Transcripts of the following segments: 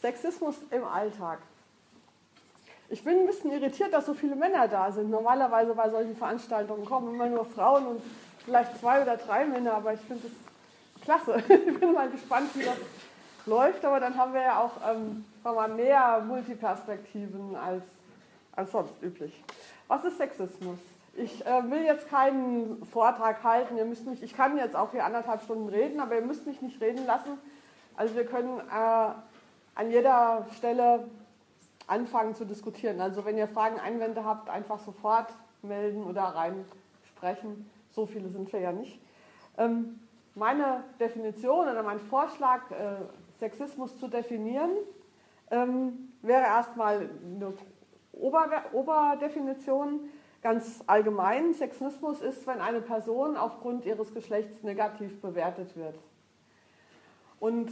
Sexismus im Alltag. Ich bin ein bisschen irritiert, dass so viele Männer da sind. Normalerweise bei solchen Veranstaltungen kommen immer nur Frauen und vielleicht 2 oder 3 Männer, aber ich finde es klasse. Ich bin mal gespannt, wie das läuft, aber dann haben wir ja auch mehr Multiperspektiven als sonst üblich. Was ist Sexismus? Ich will jetzt keinen Vortrag halten, ich kann jetzt auch hier 1,5 Stunden reden, aber ihr müsst mich nicht reden lassen. Also wir können an jeder Stelle anfangen zu diskutieren. Also wenn ihr Fragen, Einwände habt, einfach sofort melden oder reinsprechen. So viele sind wir ja nicht. Meine Definition oder mein Vorschlag, Sexismus zu definieren, wäre erstmal eine Oberdefinition. Ganz allgemein, Sexismus ist, wenn eine Person aufgrund ihres Geschlechts negativ bewertet wird. Und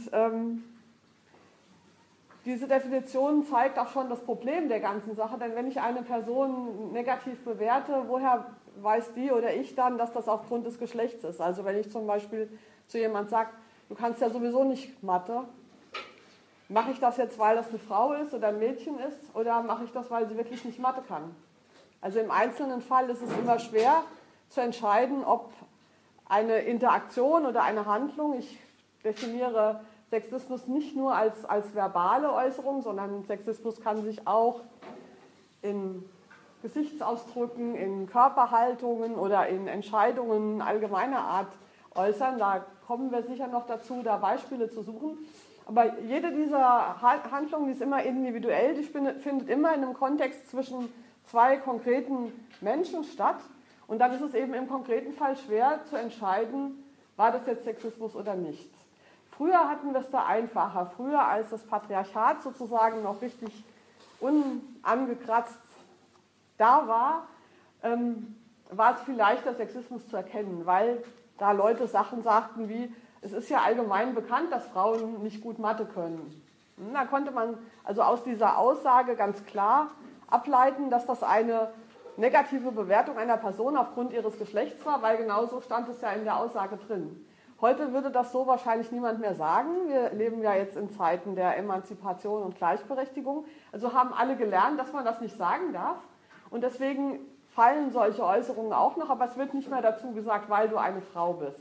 diese Definition zeigt auch schon das Problem der ganzen Sache, denn wenn ich eine Person negativ bewerte, woher weiß die oder ich dann, dass das aufgrund des Geschlechts ist? Also wenn ich zum Beispiel zu jemandem sage, du kannst ja sowieso nicht Mathe, mache ich das jetzt, weil das eine Frau ist oder ein Mädchen ist, oder mache ich das, weil sie wirklich nicht Mathe kann? Also im einzelnen Fall ist es immer schwer zu entscheiden, ob eine Interaktion oder eine Handlung, ich definiere Sexismus nicht nur als verbale Äußerung, sondern Sexismus kann sich auch in Gesichtsausdrücken, in Körperhaltungen oder in Entscheidungen allgemeiner Art äußern. Da kommen wir sicher noch dazu, da Beispiele zu suchen. Aber jede dieser Handlungen, die ist immer individuell, die findet immer in einem Kontext zwischen 2 konkreten Menschen statt. Und dann ist es eben im konkreten Fall schwer zu entscheiden, war das jetzt Sexismus oder nicht. Früher hatten wir es da einfacher. Früher, als das Patriarchat sozusagen noch richtig unangekratzt da war, war es viel leichter, Sexismus zu erkennen, weil da Leute Sachen sagten wie, es ist ja allgemein bekannt, dass Frauen nicht gut Mathe können. Da konnte man also aus dieser Aussage ganz klar ableiten, dass das eine negative Bewertung einer Person aufgrund ihres Geschlechts war, weil genauso stand es ja in der Aussage drin. Heute würde das so wahrscheinlich niemand mehr sagen. Wir leben ja jetzt in Zeiten der Emanzipation und Gleichberechtigung. Also haben alle gelernt, dass man das nicht sagen darf. Und deswegen fallen solche Äußerungen auch noch, aber es wird nicht mehr dazu gesagt, weil du eine Frau bist.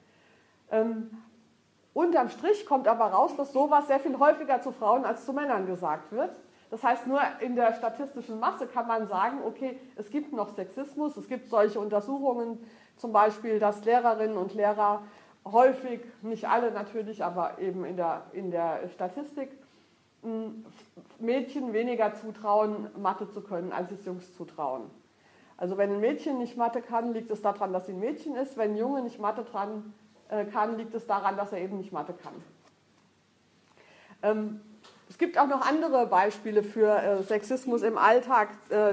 Unterm Strich kommt aber raus, dass sowas sehr viel häufiger zu Frauen als zu Männern gesagt wird. Das heißt, nur in der statistischen Masse kann man sagen, okay, es gibt noch Sexismus, es gibt solche Untersuchungen, zum Beispiel, dass Lehrerinnen und Lehrer häufig, nicht alle natürlich, aber eben in der Statistik, Mädchen weniger zutrauen, Mathe zu können, als es Jungs zutrauen. Also wenn ein Mädchen nicht Mathe kann, liegt es daran, dass sie ein Mädchen ist. Wenn ein Junge nicht Mathe kann, liegt es daran, dass er eben nicht Mathe kann. Es gibt auch noch andere Beispiele für Sexismus im Alltag,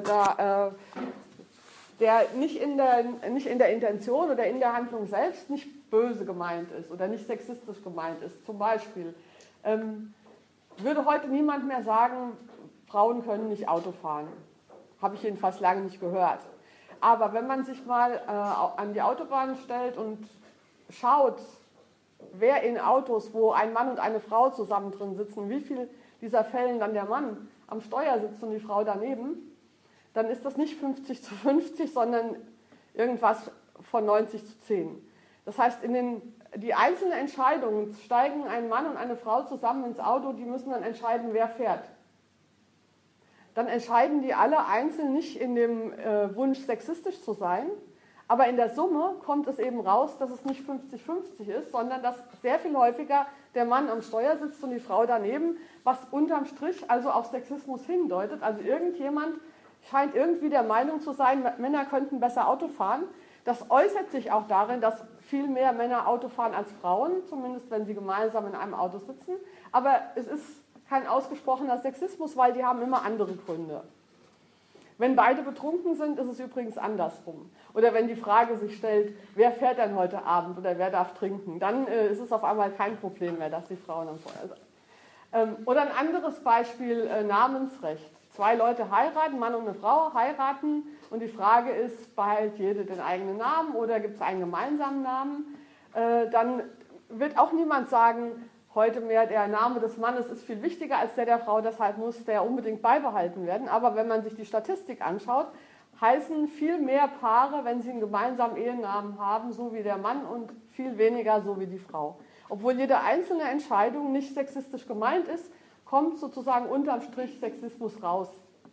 der nicht in der Intention oder in der Handlung selbst nicht böse gemeint ist oder nicht sexistisch gemeint ist. Zum Beispiel würde heute niemand mehr sagen, Frauen können nicht Auto fahren. Habe ich jedenfalls lange nicht gehört. Aber wenn man sich mal an die Autobahn stellt und schaut, wer in Autos, wo ein Mann und eine Frau zusammen drin sitzen, wie viel dieser Fällen dann der Mann am Steuer sitzt und die Frau daneben, dann ist das nicht 50:50, sondern irgendwas von 90:10. Das heißt, die einzelnen Entscheidungen, steigen ein Mann und eine Frau zusammen ins Auto, die müssen dann entscheiden, wer fährt. Dann entscheiden die alle einzeln nicht in dem Wunsch, sexistisch zu sein, aber in der Summe kommt es eben raus, dass es nicht 50:50 ist, sondern dass sehr viel häufiger der Mann am Steuer sitzt und die Frau daneben, was unterm Strich also auf Sexismus hindeutet. Also irgendjemand scheint irgendwie der Meinung zu sein, Männer könnten besser Auto fahren. Das äußert sich auch darin, dass viel mehr Männer Auto fahren als Frauen, zumindest wenn sie gemeinsam in einem Auto sitzen. Aber es ist kein ausgesprochener Sexismus, weil die haben immer andere Gründe. Wenn beide betrunken sind, ist es übrigens andersrum. Oder wenn die Frage sich stellt, wer fährt denn heute Abend oder wer darf trinken, dann ist es auf einmal kein Problem mehr, dass die Frauen am Feuer sind. Oder ein anderes Beispiel, Namensrecht. 2 Leute heiraten, Mann und eine Frau heiraten und die Frage ist, behält jede den eigenen Namen oder gibt es einen gemeinsamen Namen? Dann wird auch niemand sagen, heute mehr der Name des Mannes ist viel wichtiger als der Frau, deshalb muss der unbedingt beibehalten werden. Aber wenn man sich die Statistik anschaut, heißen viel mehr Paare, wenn sie einen gemeinsamen Ehenamen haben, so wie der Mann und viel weniger so wie die Frau. Obwohl jede einzelne Entscheidung nicht sexistisch gemeint ist, kommt sozusagen unterm Strich Sexismus raus.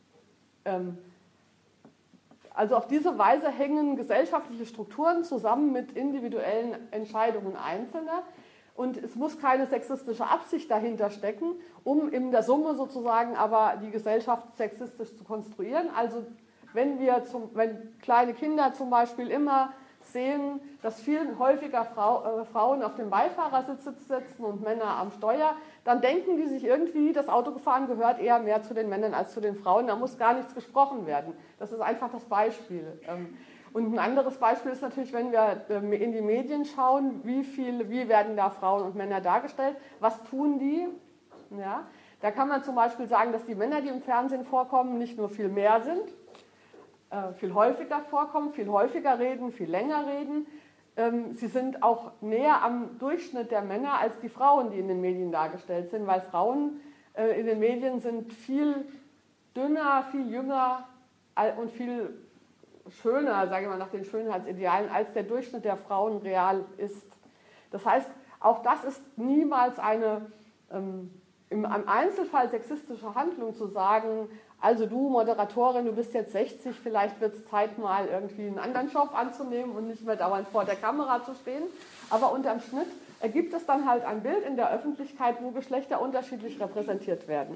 Also auf diese Weise hängen gesellschaftliche Strukturen zusammen mit individuellen Entscheidungen Einzelner. Und es muss keine sexistische Absicht dahinter stecken, um in der Summe sozusagen aber die Gesellschaft sexistisch zu konstruieren. Also wenn kleine Kinder zum Beispiel immer sehen, dass viel häufiger Frauen auf dem Beifahrersitz sitzen und Männer am Steuer, dann denken die sich irgendwie, das Autogefahren gehört eher mehr zu den Männern als zu den Frauen. Da muss gar nichts gesprochen werden. Das ist einfach das Beispiel. Und ein anderes Beispiel ist natürlich, wenn wir in die Medien schauen, wie werden da Frauen und Männer dargestellt, was tun die? Ja, da kann man zum Beispiel sagen, dass die Männer, die im Fernsehen vorkommen, nicht nur viel mehr sind, viel häufiger vorkommen, viel häufiger reden, viel länger reden. Sie sind auch näher am Durchschnitt der Männer als die Frauen, die in den Medien dargestellt sind, weil Frauen in den Medien sind viel dünner, viel jünger und viel schöner, sage ich mal, nach den Schönheitsidealen, als der Durchschnitt der Frauen real ist. Das heißt, auch das ist niemals eine im Einzelfall sexistische Handlung zu sagen, also du Moderatorin, du bist jetzt 60, vielleicht wird es Zeit mal irgendwie einen anderen Job anzunehmen und nicht mehr dauernd vor der Kamera zu stehen. Aber unterm Schnitt ergibt es dann halt ein Bild in der Öffentlichkeit, wo Geschlechter unterschiedlich repräsentiert werden.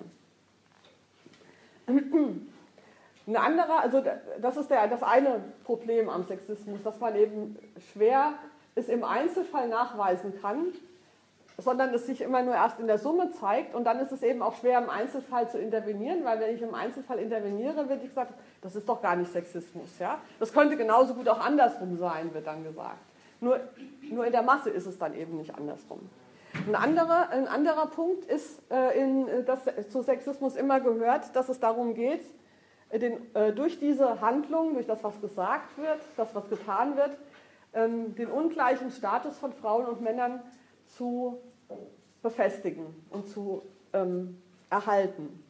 Ein anderer, also das ist das eine Problem am Sexismus, dass man eben schwer es im Einzelfall nachweisen kann, sondern es sich immer nur erst in der Summe zeigt und dann ist es eben auch schwer im Einzelfall zu intervenieren, weil wenn ich im Einzelfall interveniere, wird gesagt, das ist doch gar nicht Sexismus. Ja? Das könnte genauso gut auch andersrum sein, wird dann gesagt. Nur in der Masse ist es dann eben nicht andersrum. Ein anderer Punkt ist, dass zu Sexismus immer gehört, dass es darum geht, durch diese Handlung, durch das, was gesagt wird, das, was getan wird, den ungleichen Status von Frauen und Männern zu befestigen und zu erhalten.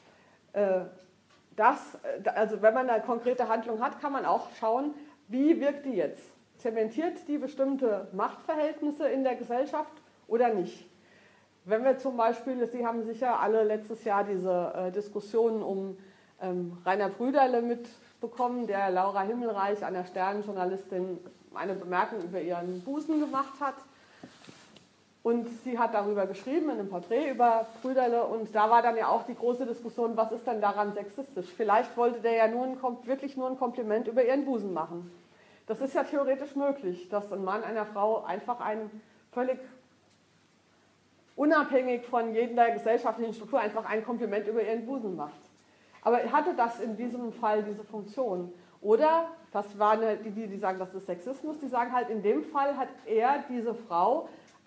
Also wenn man eine konkrete Handlung hat, kann man auch schauen, wie wirkt die jetzt? Zementiert die bestimmte Machtverhältnisse in der Gesellschaft oder nicht? Wenn wir zum Beispiel, Sie haben sicher alle letztes Jahr diese Diskussionen um Rainer Brüderle mitbekommen, der Laura Himmelreich, einer Sternenjournalistin, eine Bemerkung über ihren Busen gemacht hat. Und sie hat darüber geschrieben, in einem Porträt über Brüderle. Und da war dann ja auch die große Diskussion, was ist denn daran sexistisch? Vielleicht wollte der ja wirklich nur ein Kompliment über ihren Busen machen. Das ist ja theoretisch möglich, dass ein Mann einer Frau einfach völlig unabhängig von jeder gesellschaftlichen Struktur einfach ein Kompliment über ihren Busen macht. Aber hatte das in diesem Fall diese Funktion? Oder, das waren die sagen, das ist Sexismus, die sagen halt, in dem Fall hat er diese Frau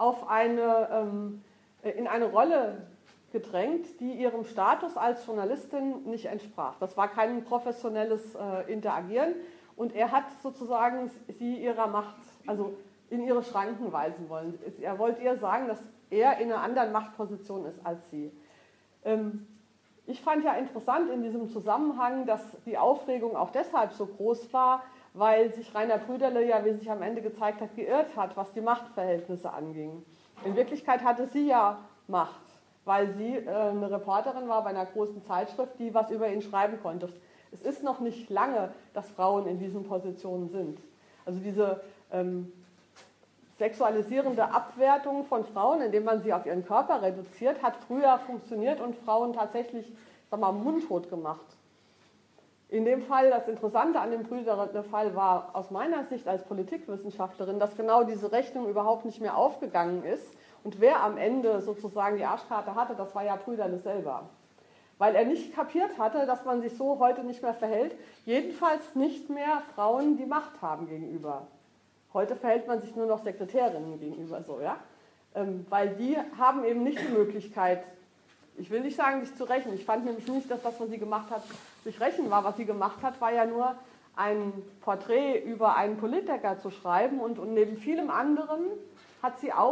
in eine Rolle gedrängt, die ihrem Status als Journalistin nicht entsprach. Das war kein professionelles Interagieren und er hat sozusagen sie ihrer Macht, also in ihre Schranken weisen wollen. Er wollte ihr sagen, dass er in einer anderen Machtposition ist als sie. Ich fand ja interessant in diesem Zusammenhang, dass die Aufregung auch deshalb so groß war, weil sich Rainer Brüderle ja, wie sich am Ende gezeigt hat, geirrt hat, was die Machtverhältnisse anging. In Wirklichkeit hatte sie ja Macht, weil sie eine Reporterin war bei einer großen Zeitschrift, die was über ihn schreiben konnte. Es ist noch nicht lange, dass Frauen in diesen Positionen sind. Also diese sexualisierende Abwertung von Frauen, indem man sie auf ihren Körper reduziert, hat früher funktioniert und Frauen tatsächlich, mundtot gemacht. In dem Fall, das Interessante an dem Brüderle-Fall war aus meiner Sicht als Politikwissenschaftlerin, dass genau diese Rechnung überhaupt nicht mehr aufgegangen ist. Und wer am Ende sozusagen die Arschkarte hatte, das war ja Brüderle selber. Weil er nicht kapiert hatte, dass man sich so heute nicht mehr verhält, jedenfalls nicht mehr Frauen die Macht haben gegenüber. Heute verhält man sich nur noch Sekretärinnen gegenüber so, ja? Weil die haben eben nicht die Möglichkeit, ich will nicht sagen, sich zu rächen. Ich fand nämlich nicht, dass das, was sie gemacht hat, sich rächen war. Was sie gemacht hat, war ja nur ein Porträt über einen Politiker zu schreiben und neben vielem anderen hat sie auch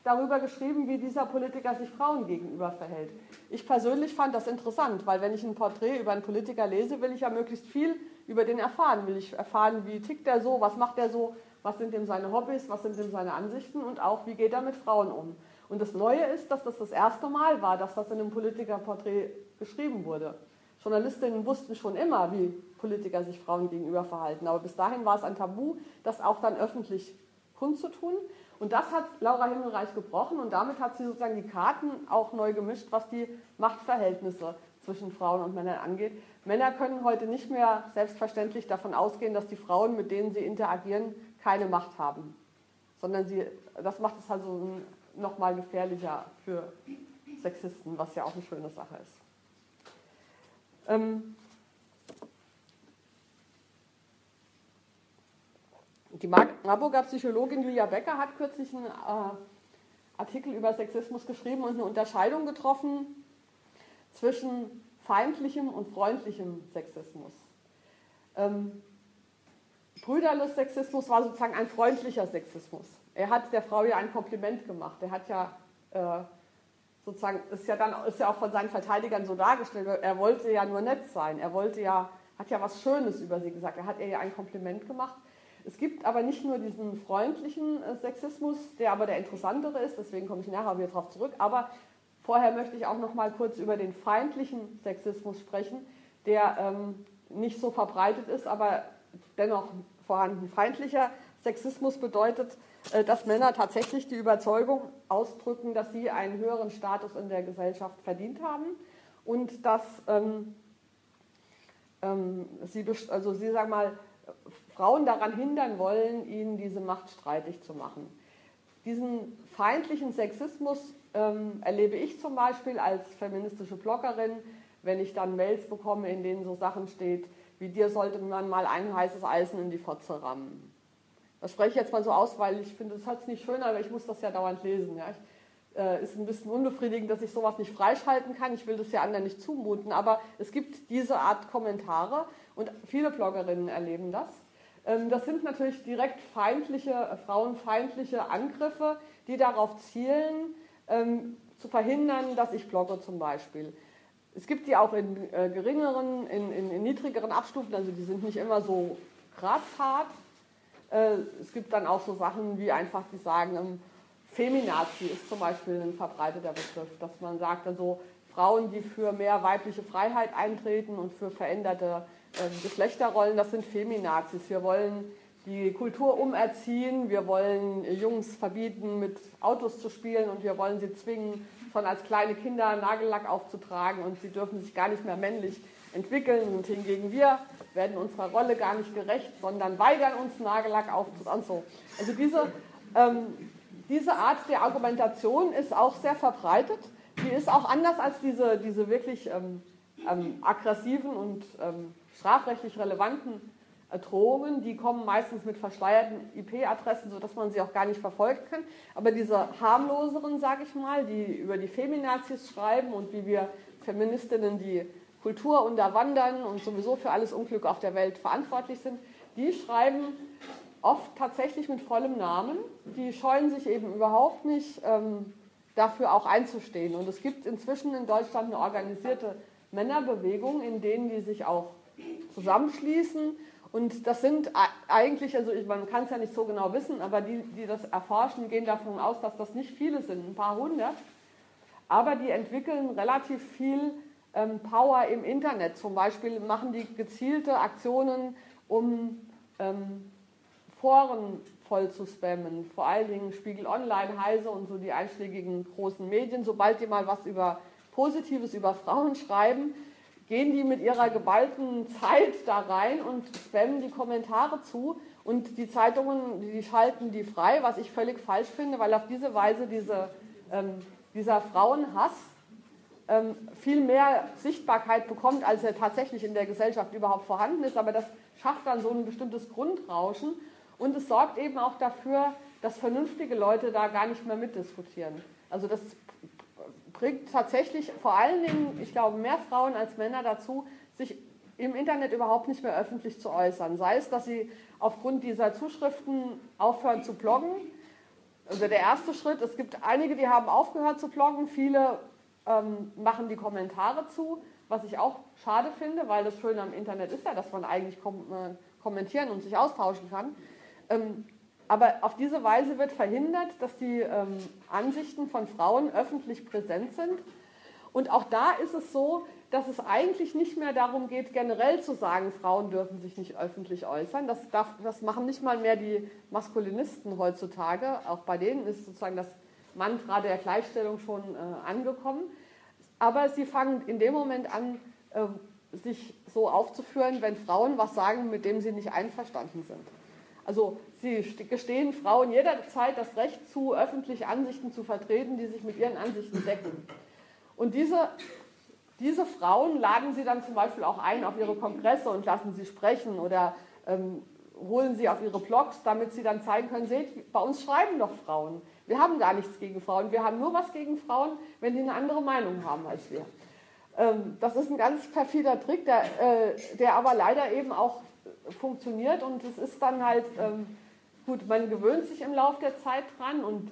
darüber geschrieben, wie dieser Politiker sich Frauen gegenüber verhält. Ich persönlich fand das interessant, weil wenn ich ein Porträt über einen Politiker lese, will ich ja möglichst viel über den erfahren. Will ich erfahren, wie tickt er so, was macht er so, was sind ihm seine Hobbys, was sind ihm seine Ansichten und auch, wie geht er mit Frauen um. Und das Neue ist, dass das erste Mal war, dass das in einem Politikerporträt geschrieben wurde. Journalistinnen wussten schon immer, wie Politiker sich Frauen gegenüber verhalten, aber bis dahin war es ein Tabu, das auch dann öffentlich kundzutun. Und das hat Laura Himmelreich gebrochen und damit hat sie sozusagen die Karten auch neu gemischt, was die Machtverhältnisse zwischen Frauen und Männern angeht. Männer können heute nicht mehr selbstverständlich davon ausgehen, dass die Frauen, mit denen sie interagieren, keine Macht haben, sondern das macht es also nochmal gefährlicher für Sexisten, was ja auch eine schöne Sache ist. Die Marburger Psychologin Julia Becker hat kürzlich einen Artikel über Sexismus geschrieben und eine Unterscheidung getroffen zwischen feindlichem und freundlichem Sexismus. Brüderlos Sexismus war sozusagen ein freundlicher Sexismus. Er hat der Frau ja ein Kompliment gemacht. Er hat ja sozusagen, ist ja auch von seinen Verteidigern so dargestellt, er wollte ja nur nett sein, hat ja was Schönes über sie gesagt, er hat ihr ja ein Kompliment gemacht. Es gibt aber nicht nur diesen freundlichen Sexismus, der aber der interessantere ist, deswegen komme ich nachher wieder darauf zurück, aber vorher möchte ich auch noch mal kurz über den feindlichen Sexismus sprechen, der nicht so verbreitet ist, aber dennoch vorhanden. Feindlicher Sexismus bedeutet, dass Männer tatsächlich die Überzeugung ausdrücken, dass sie einen höheren Status in der Gesellschaft verdient haben und dass sie sagen mal, Frauen daran hindern wollen, ihnen diese Macht streitig zu machen. Diesen feindlichen Sexismus erlebe ich zum Beispiel als feministische Bloggerin, wenn ich dann Mails bekomme, in denen so Sachen steht, wie dir sollte man mal ein heißes Eisen in die Fotze rammen. Das spreche ich jetzt mal so aus, weil ich finde, das hat es nicht schön, aber ich muss das ja dauernd lesen. Ja. Ist ein bisschen unbefriedigend, dass ich sowas nicht freischalten kann. Ich will das ja anderen nicht zumuten, aber es gibt diese Art Kommentare und viele Bloggerinnen erleben das. Das sind natürlich direkt frauenfeindliche Angriffe, die darauf zielen, zu verhindern, dass ich blogge zum Beispiel. Es gibt die auch in geringeren, in niedrigeren Abstufen, also die sind nicht immer so kratzhart. Es gibt dann auch so Sachen wie einfach, die sagen, Feminazi ist zum Beispiel ein verbreiteter Begriff, dass man sagt, also Frauen, die für mehr weibliche Freiheit eintreten und für veränderte Geschlechterrollen, das sind Feminazis. Wir wollen die Kultur umerziehen, wir wollen Jungs verbieten, mit Autos zu spielen und wir wollen sie zwingen, schon als kleine Kinder Nagellack aufzutragen und sie dürfen sich gar nicht mehr männlich entwickeln und hingegen wir werden unserer Rolle gar nicht gerecht, sondern weigern uns Nagellack aufzutragen und so. Also diese Art der Argumentation ist auch sehr verbreitet. Die ist auch anders als diese wirklich aggressiven und strafrechtlich relevanten Drohungen. Die kommen meistens mit verschleierten IP-Adressen, sodass man sie auch gar nicht verfolgen kann. Aber diese harmloseren, sage ich mal, die über die Feminazis schreiben und wie wir Feministinnen die Kultur unterwandern und sowieso für alles Unglück auf der Welt verantwortlich sind, die schreiben oft tatsächlich mit vollem Namen. Die scheuen sich eben überhaupt nicht, dafür auch einzustehen. Und es gibt inzwischen in Deutschland eine organisierte Männerbewegung, in denen die sich auch zusammenschließen. Und das sind eigentlich, also man kann es ja nicht so genau wissen, aber die das erforschen, gehen davon aus, dass das nicht viele sind, ein paar hundert. Aber die entwickeln relativ viel Power im Internet. Zum Beispiel machen die gezielte Aktionen, um Foren voll zu spammen. Vor allen Dingen Spiegel Online, Heise und so die einschlägigen großen Medien. Sobald die mal was Positives über Frauen schreiben, gehen die mit ihrer geballten Zeit da rein und spammen die Kommentare zu. Und die Zeitungen, die schalten die frei, was ich völlig falsch finde, weil auf diese Weise dieser Frauenhass viel mehr Sichtbarkeit bekommt, als er tatsächlich in der Gesellschaft überhaupt vorhanden ist. Aber das schafft dann so ein bestimmtes Grundrauschen und es sorgt eben auch dafür, dass vernünftige Leute da gar nicht mehr mitdiskutieren. Also das bringt tatsächlich vor allen Dingen, ich glaube, mehr Frauen als Männer dazu, sich im Internet überhaupt nicht mehr öffentlich zu äußern. Sei es, dass sie aufgrund dieser Zuschriften aufhören zu bloggen, Also der erste Schritt, es gibt einige, die haben aufgehört zu bloggen, viele machen die Kommentare zu, was ich auch schade finde, weil das Schöne am Internet ist ja, dass man eigentlich kommentieren und sich austauschen kann. Aber auf diese Weise wird verhindert, dass die Ansichten von Frauen öffentlich präsent sind. Und auch da ist es so, dass es eigentlich nicht mehr darum geht, generell zu sagen, Frauen dürfen sich nicht öffentlich äußern. Das machen nicht mal mehr die Maskulinisten heutzutage. Auch bei denen ist sozusagen das Mantra der Gleichstellung schon angekommen. Aber sie fangen in dem Moment an, sich so aufzuführen, wenn Frauen was sagen, mit dem sie nicht einverstanden sind. Also sie gestehen Frauen jederzeit das Recht zu, öffentlich Ansichten zu vertreten, die sich mit ihren Ansichten decken. Und diese Frauen laden sie dann zum Beispiel auch ein auf ihre Kongresse und lassen sie sprechen oder holen sie auf ihre Blogs, damit sie dann zeigen können, seht, bei uns schreiben doch Frauen. Wir haben gar nichts gegen Frauen, wir haben nur was gegen Frauen, wenn die eine andere Meinung haben als wir. Das ist ein ganz perfider Trick, der aber leider eben auch funktioniert und es ist dann halt, gut, man gewöhnt sich im Laufe der Zeit dran und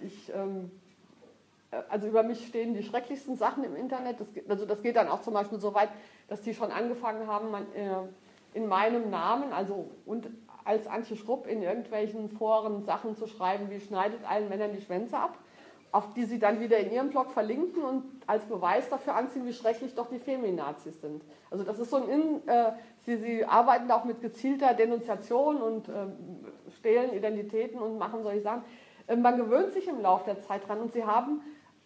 also über mich stehen die schrecklichsten Sachen im Internet. Das geht dann auch zum Beispiel so weit, dass die schon angefangen haben, in meinem Namen, also und als Antje Schrupp in irgendwelchen Foren Sachen zu schreiben, wie schneidet allen Männern die Schwänze ab, auf die sie dann wieder in ihrem Blog verlinken und als Beweis dafür anziehen, wie schrecklich doch die Feminazis sind. Also das ist so sie arbeiten da auch mit gezielter Denunziation und stehlen Identitäten und machen solche Sachen. Man gewöhnt sich im Laufe der Zeit dran und sie haben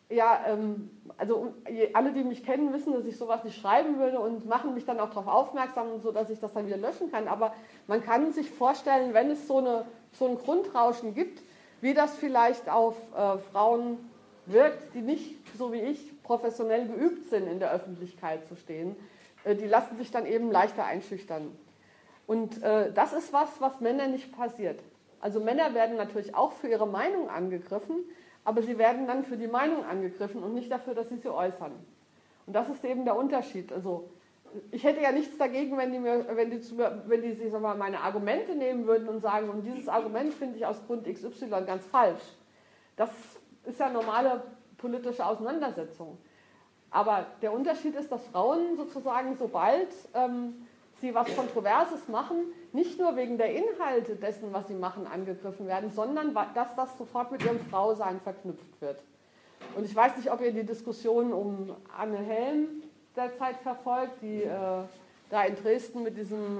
also alle, die mich kennen, wissen, dass ich sowas nicht schreiben würde und machen mich dann auch darauf aufmerksam, sodass ich das dann wieder löschen kann. Aber man kann sich vorstellen, wenn es so ein Grundrauschen gibt, wie das vielleicht auf Frauen wirkt, die nicht, so wie ich, professionell geübt sind, in der Öffentlichkeit zu stehen. Die lassen sich dann eben leichter einschüchtern. Und das ist was Männern nicht passiert. Also Männer werden natürlich auch für ihre Meinung angegriffen, aber sie werden dann für die Meinung angegriffen und nicht dafür, dass sie sie äußern. Und das ist eben der Unterschied. Also ich hätte ja nichts dagegen, wenn die sich sag mal, meine Argumente nehmen würden und sagen, und dieses Argument finde ich aus Grund XY ganz falsch. Das ist ja normale politische Auseinandersetzung. Aber der Unterschied ist, dass Frauen sozusagen, sobald sie was Kontroverses machen, nicht nur wegen der Inhalte dessen, was sie machen, angegriffen werden, sondern dass das sofort mit ihrem Frausein verknüpft wird. Und ich weiß nicht, ob ihr die Diskussion um Anne Helm derzeit verfolgt, die da in Dresden mit diesem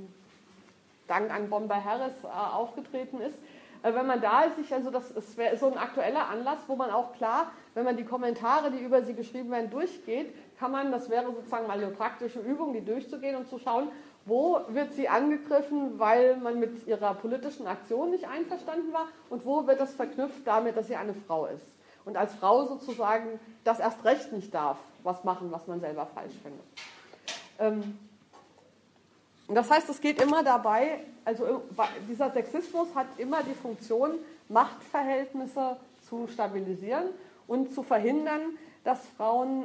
Dank an Bomber Harris aufgetreten ist. Wenn man da sich, also das wäre so ein aktueller Anlass, wo man auch klar, wenn man die Kommentare, die über sie geschrieben werden, durchgeht, kann man, das wäre sozusagen mal eine praktische Übung, die durchzugehen und zu schauen, wo wird sie angegriffen, weil man mit ihrer politischen Aktion nicht einverstanden war und wo wird das verknüpft damit, dass sie eine Frau ist. Und als Frau sozusagen das erst recht nicht darf, was machen, was man selber falsch findet. Das heißt, es geht immer dabei, also dieser Sexismus hat immer die Funktion, Machtverhältnisse zu stabilisieren und zu verhindern, dass Frauen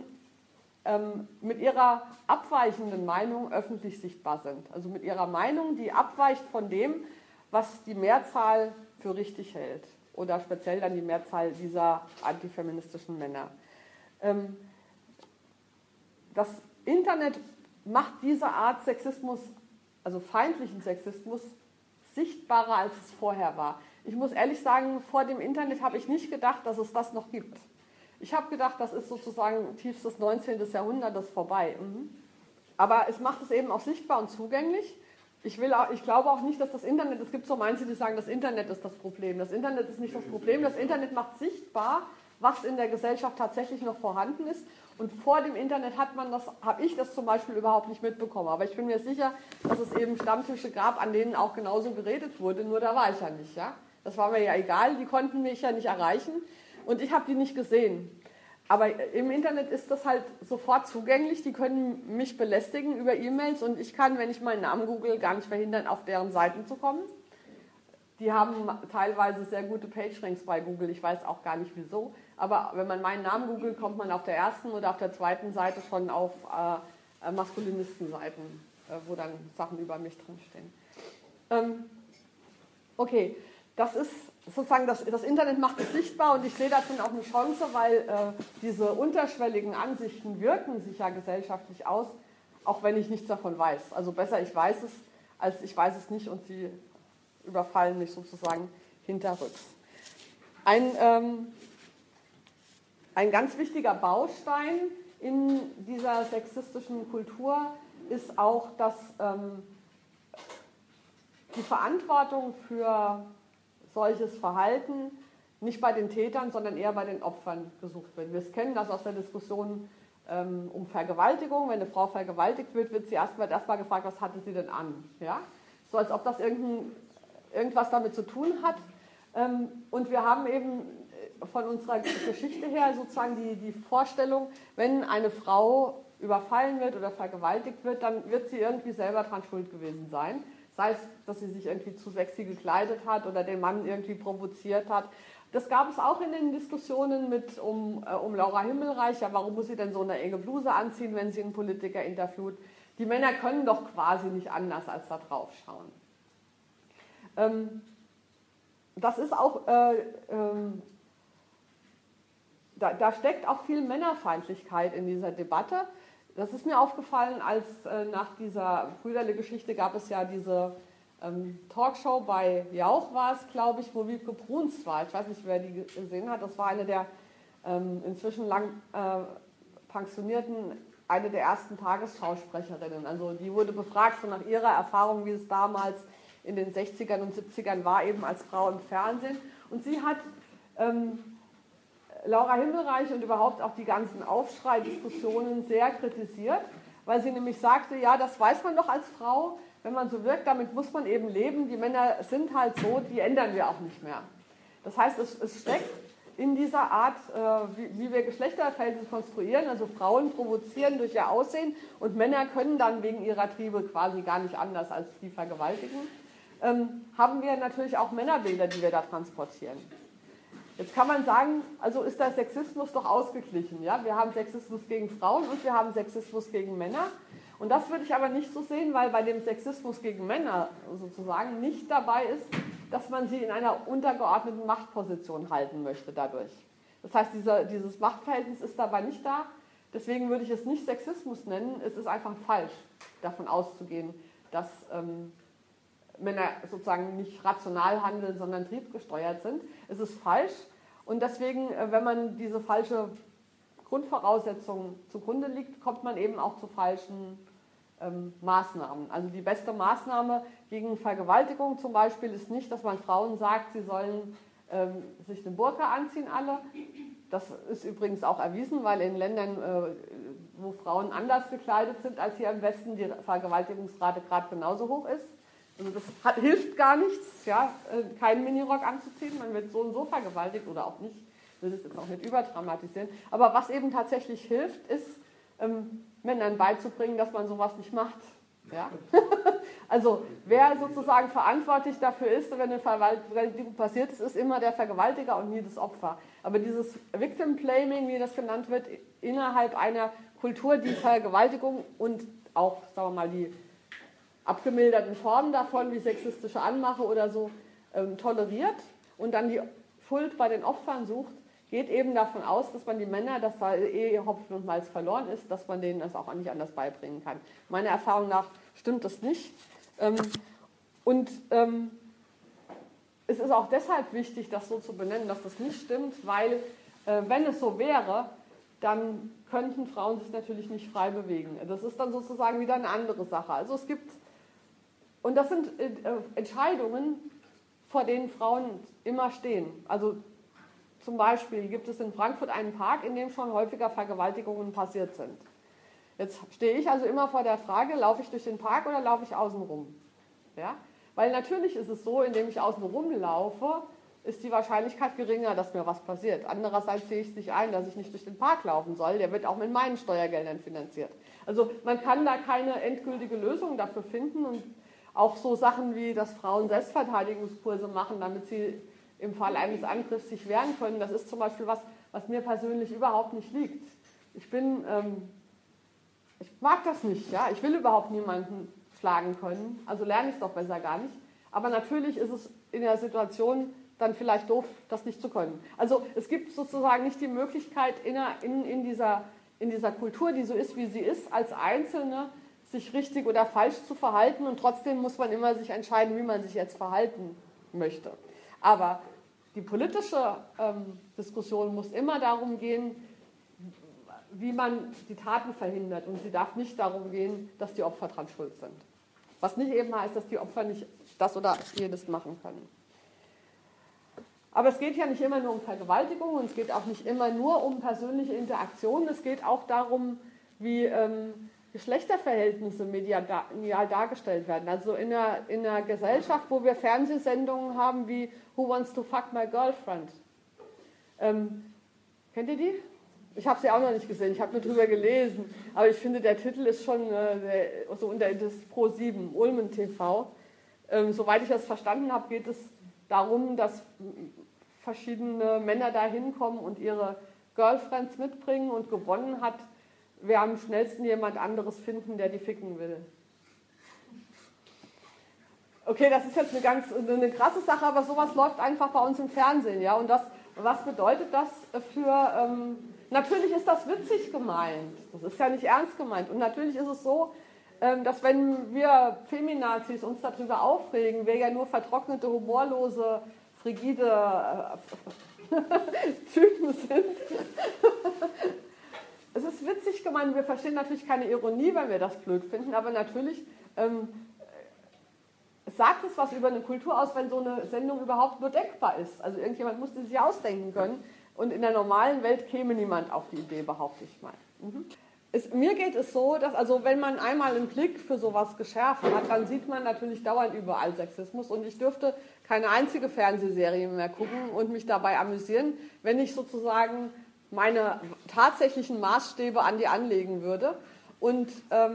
mit ihrer abweichenden Meinung öffentlich sichtbar sind. Also mit ihrer Meinung, die abweicht von dem, was die Mehrzahl für richtig hält. Oder speziell dann die Mehrzahl dieser antifeministischen Männer. Das Internet macht diese Art Sexismus, also feindlichen Sexismus, sichtbarer, als es vorher war. Ich muss ehrlich sagen, vor dem Internet habe ich nicht gedacht, dass es das noch gibt. Ich habe gedacht, das ist sozusagen tiefstes 19. Jahrhundert, das ist vorbei. Aber es macht es eben auch sichtbar und zugänglich. Ich glaube auch nicht, dass das Internet, es gibt so manche, die sagen, das Internet ist das Problem. Das Internet ist nicht das Problem. Das Internet macht sichtbar, was in der Gesellschaft tatsächlich noch vorhanden ist. Und vor dem Internet habe ich das zum Beispiel überhaupt nicht mitbekommen. Aber ich bin mir sicher, dass es eben Stammtische gab, an denen auch genauso geredet wurde, nur da war ich ja nicht. Ja? Das war mir ja egal, die konnten mich ja nicht erreichen und ich habe die nicht gesehen. Aber im Internet ist das halt sofort zugänglich, die können mich belästigen über E-Mails und ich kann, wenn ich meinen Namen google, gar nicht verhindern, auf deren Seiten zu kommen. Die haben teilweise sehr gute PageRanks bei Google, ich weiß auch gar nicht wieso. Aber wenn man meinen Namen googelt, kommt man auf der ersten oder auf der zweiten Seite schon auf Maskulinistenseiten, wo dann Sachen über mich drinstehen. Okay, das ist sozusagen das Internet macht es sichtbar und ich sehe darin auch eine Chance, weil diese unterschwelligen Ansichten wirken sich ja gesellschaftlich aus, auch wenn ich nichts davon weiß. Also besser ich weiß es, als ich weiß es nicht und sie überfallen mich sozusagen hinterrücks. Ein ganz wichtiger Baustein in dieser sexistischen Kultur ist auch, dass die Verantwortung für solches Verhalten nicht bei den Tätern, sondern eher bei den Opfern gesucht wird. Wir kennen das aus der Diskussion um Vergewaltigung. Wenn eine Frau vergewaltigt wird, wird erstmal gefragt, was hatte sie denn an? Ja? So als ob das irgendwas damit zu tun hat. Und wir haben eben von unserer Geschichte her sozusagen die Vorstellung, wenn eine Frau überfallen wird oder vergewaltigt wird, dann wird sie irgendwie selber dran schuld gewesen sein. Sei es, dass sie sich irgendwie zu sexy gekleidet hat oder den Mann irgendwie provoziert hat. Das gab es auch in den Diskussionen um Laura Himmelreich. Ja, warum muss sie denn so eine enge Bluse anziehen, wenn sie einen Politiker interviewt? Die Männer können doch quasi nicht anders als da drauf schauen. Das ist auch, da steckt auch viel Männerfeindlichkeit in dieser Debatte. Das ist mir aufgefallen, als nach dieser Brüderle-Geschichte gab es ja diese Talkshow bei Jauch war es, glaube ich, wo Wiebke Bruns war. Ich weiß nicht, wer die gesehen hat. Das war eine der inzwischen lang pensionierten, eine der ersten Tagesschausprecherinnen. Also die wurde befragt so nach ihrer Erfahrung, wie es damals in den 60ern und 70ern war, eben als Frau im Fernsehen. Und sie hat Laura Himmelreich und überhaupt auch die ganzen Aufschrei-Diskussionen sehr kritisiert, weil sie nämlich sagte, ja, das weiß man doch als Frau, wenn man so wirkt, damit muss man eben leben, die Männer sind halt so, die ändern wir auch nicht mehr. Das heißt, es steckt in dieser Art, wie wir Geschlechterverhältnisse konstruieren, also Frauen provozieren durch ihr Aussehen und Männer können dann wegen ihrer Triebe quasi gar nicht anders als die vergewaltigen, haben wir natürlich auch Männerbilder, die wir da transportieren. Jetzt kann man sagen, also ist der Sexismus doch ausgeglichen. Ja? Wir haben Sexismus gegen Frauen und wir haben Sexismus gegen Männer. Und das würde ich aber nicht so sehen, weil bei dem Sexismus gegen Männer sozusagen nicht dabei ist, dass man sie in einer untergeordneten Machtposition halten möchte dadurch. Das heißt, dieses Machtverhältnis ist dabei nicht da. Deswegen würde ich es nicht Sexismus nennen. Es ist einfach falsch, davon auszugehen, dass Männer sozusagen nicht rational handeln, sondern triebgesteuert sind. Es ist falsch und deswegen, wenn man diese falsche Grundvoraussetzung zugrunde liegt, kommt man eben auch zu falschen Maßnahmen. Also die beste Maßnahme gegen Vergewaltigung zum Beispiel ist nicht, dass man Frauen sagt, sie sollen sich eine Burka anziehen alle. Das ist übrigens auch erwiesen, weil in Ländern, wo Frauen anders gekleidet sind als hier im Westen, die Vergewaltigungsrate gerade genauso hoch ist. Also das hilft gar nichts, ja, keinen Minirock anzuziehen, man wird so und so vergewaltigt oder auch nicht. Ich will das jetzt auch nicht überdramatisieren. Aber was eben tatsächlich hilft, ist, Männern beizubringen, dass man sowas nicht macht. Ja? Also wer sozusagen verantwortlich dafür ist, wenn eine Vergewaltigung passiert ist, ist immer der Vergewaltiger und nie das Opfer. Aber dieses Victim Blaming, wie das genannt wird, innerhalb einer Kultur, die Vergewaltigung und auch, sagen wir mal, die abgemilderten Formen davon, wie sexistische Anmache oder so, toleriert und dann die Schuld bei den Opfern sucht, geht eben davon aus, dass man die Männer, dass da Hopfen und Malz verloren ist, dass man denen das auch nicht anders beibringen kann. Meiner Erfahrung nach stimmt das nicht. Es ist auch deshalb wichtig, das so zu benennen, dass das nicht stimmt, weil wenn es so wäre, dann könnten Frauen sich natürlich nicht frei bewegen. Das ist dann sozusagen wieder eine andere Sache. Also es gibt, und das sind Entscheidungen, vor denen Frauen immer stehen. Also zum Beispiel gibt es in Frankfurt einen Park, in dem schon häufiger Vergewaltigungen passiert sind. Jetzt stehe ich also immer vor der Frage, laufe ich durch den Park oder laufe ich außen rum? Ja? Weil natürlich ist es so, indem ich außen rum laufe, ist die Wahrscheinlichkeit geringer, dass mir was passiert. Andererseits sehe ich es nicht ein, dass ich nicht durch den Park laufen soll. Der wird auch mit meinen Steuergeldern finanziert. Also man kann da keine endgültige Lösung dafür finden und auch so Sachen wie, dass Frauen Selbstverteidigungskurse machen, damit sie im Fall eines Angriffs sich wehren können. Das ist zum Beispiel was mir persönlich überhaupt nicht liegt. Ich mag das nicht. Ja? Ich will überhaupt niemanden schlagen können. Also lerne ich es doch besser gar nicht. Aber natürlich ist es in der Situation dann vielleicht doof, das nicht zu können. Also es gibt sozusagen nicht die Möglichkeit in dieser Kultur, die so ist, wie sie ist, als Einzelne sich richtig oder falsch zu verhalten, und trotzdem muss man immer sich entscheiden, wie man sich jetzt verhalten möchte. Aber die politische Diskussion muss immer darum gehen, wie man die Taten verhindert, und sie darf nicht darum gehen, dass die Opfer dran schuld sind. Was nicht eben heißt, dass die Opfer nicht das oder jenes machen können. Aber es geht ja nicht immer nur um Vergewaltigung, und es geht auch nicht immer nur um persönliche Interaktionen, es geht auch darum, wie Geschlechterverhältnisse medial dargestellt werden. Also in einer Gesellschaft, wo wir Fernsehsendungen haben wie Who Wants to Fuck My Girlfriend? Kennt ihr die? Ich habe sie auch noch nicht gesehen, ich habe nur drüber gelesen, aber ich finde, der Titel ist schon so unter das Pro7, Ulmen TV. Soweit ich das verstanden habe, geht es darum, dass verschiedene Männer da hinkommen und ihre Girlfriends mitbringen, und gewonnen hat, wer am schnellsten jemand anderes finden, der die ficken will. Okay, das ist jetzt eine krasse Sache, aber sowas läuft einfach bei uns im Fernsehen. Ja? Und was bedeutet das für... natürlich ist das witzig gemeint, das ist ja nicht ernst gemeint. Und natürlich ist es so, dass wenn wir Feminazis uns darüber aufregen, wir ja nur vertrocknete, humorlose, frigide Typen sind. Es ist witzig gemeint, wir verstehen natürlich keine Ironie, wenn wir das blöd finden, aber natürlich sagt es was über eine Kultur aus, wenn so eine Sendung überhaupt nur denkbar ist. Also irgendjemand muss die sich ausdenken können, und in der normalen Welt käme niemand auf die Idee, behaupte ich mal. Mir geht es so, dass, also wenn man einmal einen Blick für sowas geschärft hat, dann sieht man natürlich dauernd überall Sexismus, und ich dürfte keine einzige Fernsehserie mehr gucken und mich dabei amüsieren, wenn ich sozusagen meine tatsächlichen Maßstäbe an die anlegen würde. Und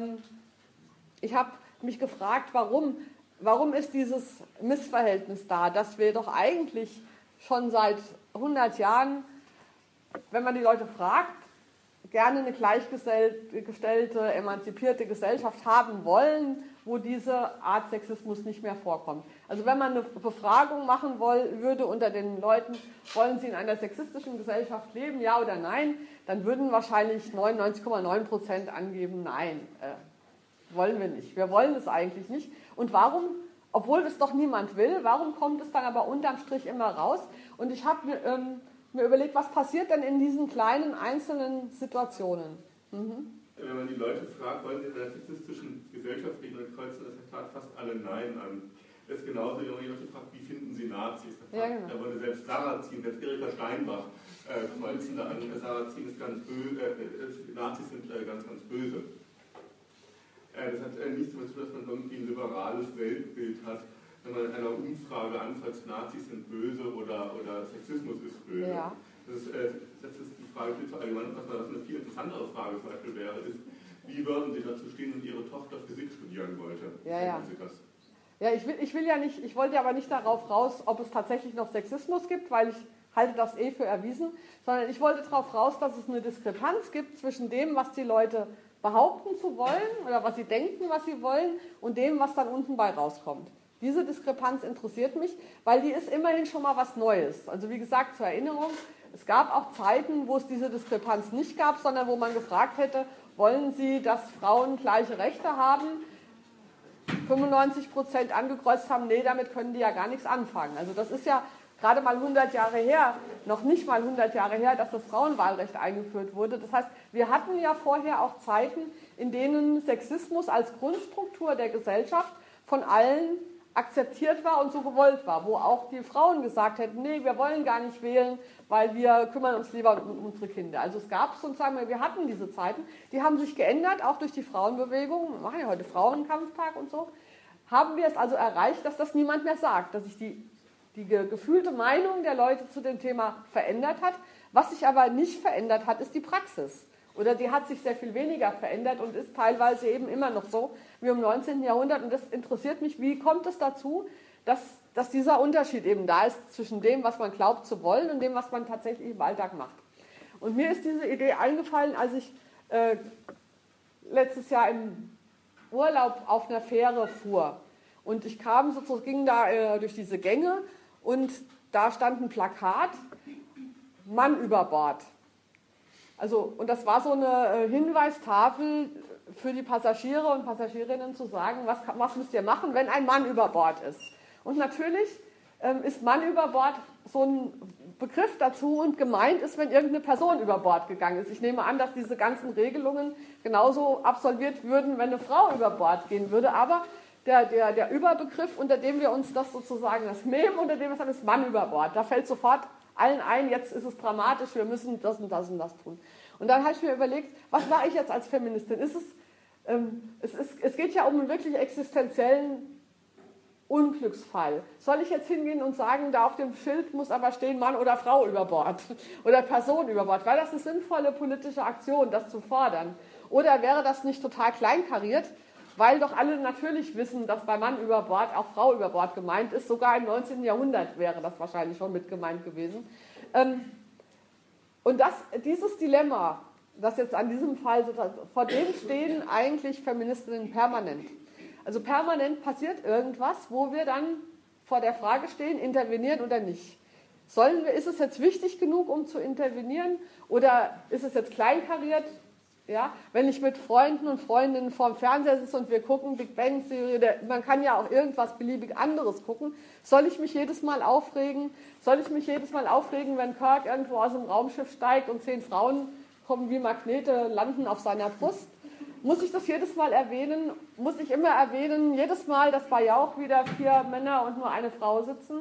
ich habe mich gefragt, warum ist dieses Missverhältnis da, dass wir doch eigentlich schon seit 100 Jahren, wenn man die Leute fragt, gerne eine gleichgestellte, emanzipierte Gesellschaft haben wollen, wo diese Art Sexismus nicht mehr vorkommt. Also wenn man eine Befragung machen würde unter den Leuten, wollen sie in einer sexistischen Gesellschaft leben, ja oder nein, dann würden wahrscheinlich 99,9% angeben, nein, wollen wir nicht. Wir wollen es eigentlich nicht. Und warum, obwohl es doch niemand will, warum kommt es dann aber unterm Strich immer raus? Und ich habe mir überlegt, was passiert denn in diesen kleinen einzelnen Situationen? Wenn man die Leute fragt, wollen sie in einer sexistischen Gesellschaft leben, dann kreuzen das ja fast alle Nein an. Das ist genauso, wenn man die Leute fragt, wie finden sie Nazis? Da wurde selbst Sarrazin, selbst Erika Steinbach kreuzen da an. Sarrazin ist ganz böse, Nazis sind ganz, ganz böse. Das hat nichts damit zu tun, dass man irgendwie ein liberales Weltbild hat, wenn man in einer Umfrage ankreuzt, Nazis sind böse oder Sexismus ist böse. Ja. Das ist die Frage viel zu allgemein. Was eine viel interessantere Frage zum Beispiel wäre, ist, wie würden Sie dazu stehen, wenn Ihre Tochter Physik studieren wollte? Ja. Ja, ich wollte aber nicht darauf raus, ob es tatsächlich noch Sexismus gibt, weil ich halte das für erwiesen, sondern ich wollte darauf raus, dass es eine Diskrepanz gibt zwischen dem, was die Leute behaupten zu wollen oder was sie denken, was sie wollen, und dem, was dann unten bei rauskommt. Diese Diskrepanz interessiert mich, weil die ist immerhin schon mal was Neues. Also wie gesagt, zur Erinnerung, es gab auch Zeiten, wo es diese Diskrepanz nicht gab, sondern wo man gefragt hätte, wollen Sie, dass Frauen gleiche Rechte haben? 95% angekreuzt haben, nee, damit können die ja gar nichts anfangen. Also das ist ja gerade mal 100 Jahre her, noch nicht mal 100 Jahre her, dass das Frauenwahlrecht eingeführt wurde. Das heißt, wir hatten ja vorher auch Zeiten, in denen Sexismus als Grundstruktur der Gesellschaft von allen akzeptiert war und so gewollt war, wo auch die Frauen gesagt hätten, nee, wir wollen gar nicht wählen, weil wir kümmern uns lieber um unsere Kinder. Also es gab sozusagen, wir hatten diese Zeiten, die haben sich geändert, auch durch die Frauenbewegung, wir machen ja heute Frauenkampftag und so, haben wir es also erreicht, dass das niemand mehr sagt, dass sich die gefühlte Meinung der Leute zu dem Thema verändert hat. Was sich aber nicht verändert hat, ist die Praxis. Oder die hat sich sehr viel weniger verändert und ist teilweise eben immer noch so wie im 19. Jahrhundert. Und das interessiert mich, wie kommt es dazu, dass dieser Unterschied eben da ist zwischen dem, was man glaubt zu wollen, und dem, was man tatsächlich im Alltag macht. Und mir ist diese Idee eingefallen, als ich letztes Jahr im Urlaub auf einer Fähre fuhr. Und ich ging da durch diese Gänge, und da stand ein Plakat, Mann über Bord. Also, und das war so eine Hinweistafel für die Passagiere und Passagierinnen zu sagen, was müsst ihr machen, wenn ein Mann über Bord ist. Und natürlich ist Mann über Bord so ein Begriff dazu und gemeint ist, wenn irgendeine Person über Bord gegangen ist. Ich nehme an, dass diese ganzen Regelungen genauso absolviert würden, wenn eine Frau über Bord gehen würde, aber der Überbegriff, unter dem wir uns das sozusagen, das Mem, unter dem wir sagen, ist Mann über Bord. Da fällt sofort allen ein, jetzt ist es dramatisch, wir müssen das und das und das tun. Und dann habe ich mir überlegt, was mache ich jetzt als Feministin? Es geht ja um einen wirklich existenziellen Unglücksfall. Soll ich jetzt hingehen und sagen, da auf dem Schild muss aber stehen Mann oder Frau über Bord oder Person über Bord? Wäre das eine sinnvolle politische Aktion, das zu fordern? Oder wäre das nicht total kleinkariert, weil doch alle natürlich wissen, dass bei Mann über Bord auch Frau über Bord gemeint ist? Sogar im 19. Jahrhundert wäre das wahrscheinlich schon mit gemeint gewesen. Und dieses Dilemma, das jetzt an diesem Fall, vor dem stehen eigentlich Feministinnen permanent. Also permanent passiert irgendwas, wo wir dann vor der Frage stehen, intervenieren oder nicht. Ist es jetzt wichtig genug, um zu intervenieren, oder ist es jetzt kleinkariert? Ja? Wenn ich mit Freunden und Freundinnen vorm Fernseher sitze und wir gucken Big Bang Theory, man kann ja auch irgendwas beliebig anderes gucken, soll ich mich jedes Mal aufregen? Soll ich mich jedes Mal aufregen, wenn Kirk irgendwo aus dem Raumschiff steigt und 10 Frauen kommen wie Magnete, landen auf seiner Brust? Muss ich das jedes Mal erwähnen? Muss ich immer erwähnen, jedes Mal, dass bei Jauch wieder 4 Männer und nur eine Frau sitzen?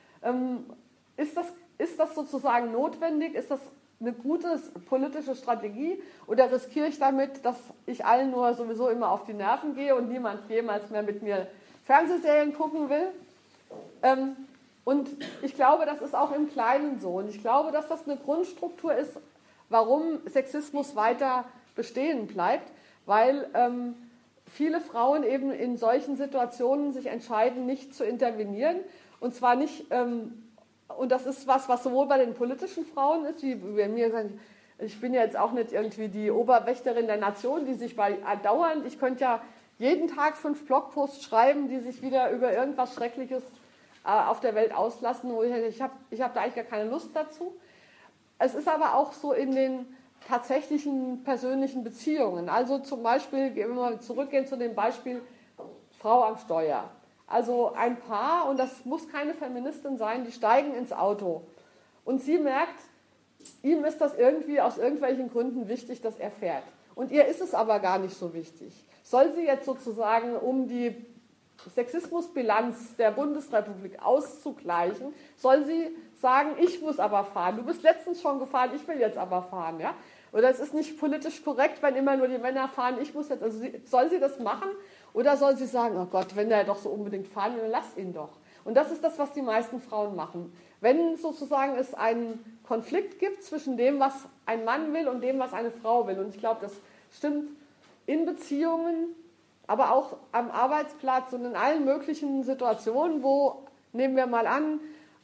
Ist das sozusagen notwendig? Ist das eine gute politische Strategie? Oder riskiere ich damit, dass ich allen nur sowieso immer auf die Nerven gehe und niemand jemals mehr mit mir Fernsehserien gucken will? Und ich glaube, das ist auch im Kleinen so. Und ich glaube, dass das eine Grundstruktur ist, warum Sexismus weiter bestehen bleibt. Weil viele Frauen eben in solchen Situationen sich entscheiden, nicht zu intervenieren. Und zwar nicht, und das ist was sowohl bei den politischen Frauen ist, wie bei mir sagen, ich bin ja jetzt auch nicht irgendwie die Oberwächterin der Nation, die sich dauernd, ich könnte ja jeden Tag 5 Blogposts schreiben, die sich wieder über irgendwas Schreckliches auf der Welt auslassen, wo ich hab da eigentlich gar keine Lust dazu. Es ist aber auch so in den tatsächlichen persönlichen Beziehungen. Also zum Beispiel, wenn wir mal zurückgehen zu dem Beispiel Frau am Steuer. Also ein Paar, und das muss keine Feministin sein, die steigen ins Auto. Und sie merkt, ihm ist das irgendwie aus irgendwelchen Gründen wichtig, dass er fährt. Und ihr ist es aber gar nicht so wichtig. Soll sie jetzt sozusagen, um die Sexismusbilanz der Bundesrepublik auszugleichen, soll sie sagen, ich muss aber fahren. Du bist letztens schon gefahren, ich will jetzt aber fahren. Ja? Oder es ist nicht politisch korrekt, wenn immer nur die Männer fahren, ich muss jetzt. Also soll sie das machen? Oder soll sie sagen, oh Gott, wenn der doch so unbedingt fahren will, lass ihn doch. Und das ist das, was die meisten Frauen machen. Wenn sozusagen es einen Konflikt gibt zwischen dem, was ein Mann will und dem, was eine Frau will. Und ich glaube, das stimmt in Beziehungen, aber auch am Arbeitsplatz und in allen möglichen Situationen, wo, nehmen wir mal an,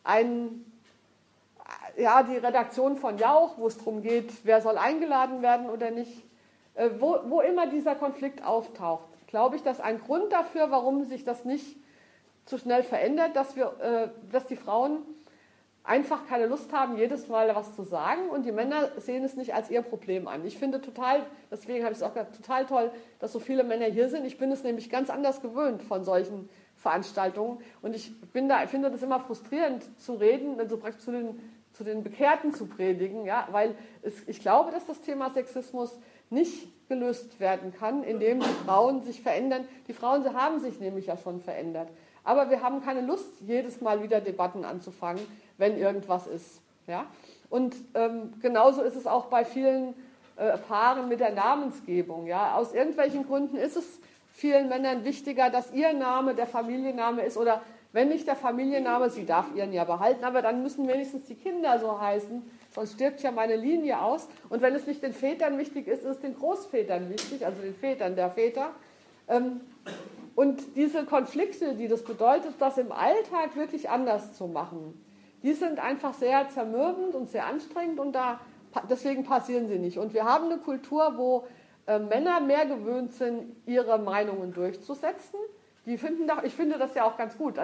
die Redaktion von Jauch, wo es darum geht, wer soll eingeladen werden oder nicht, wo immer dieser Konflikt auftaucht, glaube ich, dass ein Grund dafür, warum sich das nicht zu schnell verändert, dass die Frauen einfach keine Lust haben, jedes Mal was zu sagen, und die Männer sehen es nicht als ihr Problem an. Ich finde deswegen habe ich es auch gesagt, total toll, dass so viele Männer hier sind. Ich bin es nämlich ganz anders gewöhnt von solchen Veranstaltungen, und ich finde das immer frustrierend zu reden, also praktisch zu den Bekehrten zu predigen, ja, weil ich glaube, dass das Thema Sexismus nicht gelöst werden kann, indem die Frauen sich verändern. Die Frauen haben sich nämlich ja schon verändert. Aber wir haben keine Lust, jedes Mal wieder Debatten anzufangen, wenn irgendwas ist. Ja? Und genauso ist es auch bei vielen Paaren mit der Namensgebung. Ja? Aus irgendwelchen Gründen ist es vielen Männern wichtiger, dass ihr Name der Familienname ist, oder wenn nicht der Familienname, sie darf ihren ja behalten, aber dann müssen wenigstens die Kinder so heißen, sonst stirbt ja meine Linie aus. Und wenn es nicht den Vätern wichtig ist, ist es den Großvätern wichtig, also den Vätern der Väter. Und diese Konflikte, die das bedeutet, das im Alltag wirklich anders zu machen, die sind einfach sehr zermürbend und sehr anstrengend, und deswegen passieren sie nicht. Und wir haben eine Kultur, wo Männer mehr gewöhnt sind, ihre Meinungen durchzusetzen. Ich finde das ja auch ganz gut. Also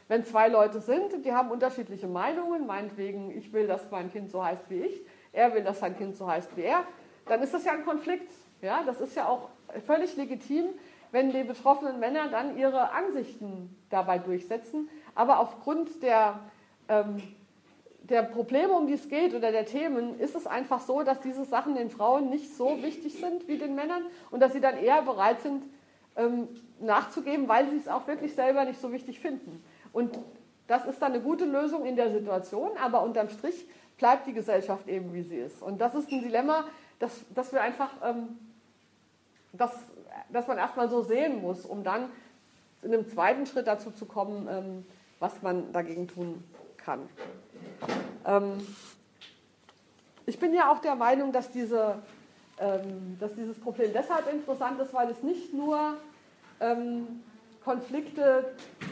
Wenn zwei Leute sind, die haben unterschiedliche Meinungen, meinetwegen, ich will, dass mein Kind so heißt wie ich, er will, dass sein Kind so heißt wie er, dann ist das ja ein Konflikt. Ja? Das ist ja auch völlig legitim, wenn die betroffenen Männer dann ihre Ansichten dabei durchsetzen. Aber aufgrund der Probleme, um die es geht, oder der Themen, ist es einfach so, dass diese Sachen den Frauen nicht so wichtig sind wie den Männern und dass sie dann eher bereit sind, nachzugeben, weil sie es auch wirklich selber nicht so wichtig finden. Und das ist dann eine gute Lösung in der Situation, aber unterm Strich bleibt die Gesellschaft eben, wie sie ist. Und das ist ein Dilemma, dass wir einfach, dass man erstmal so sehen muss, um dann in einem zweiten Schritt dazu zu kommen, was man dagegen tun kann. Ich bin ja auch der Meinung, dass dieses Problem deshalb interessant ist, weil es nicht nur Konflikte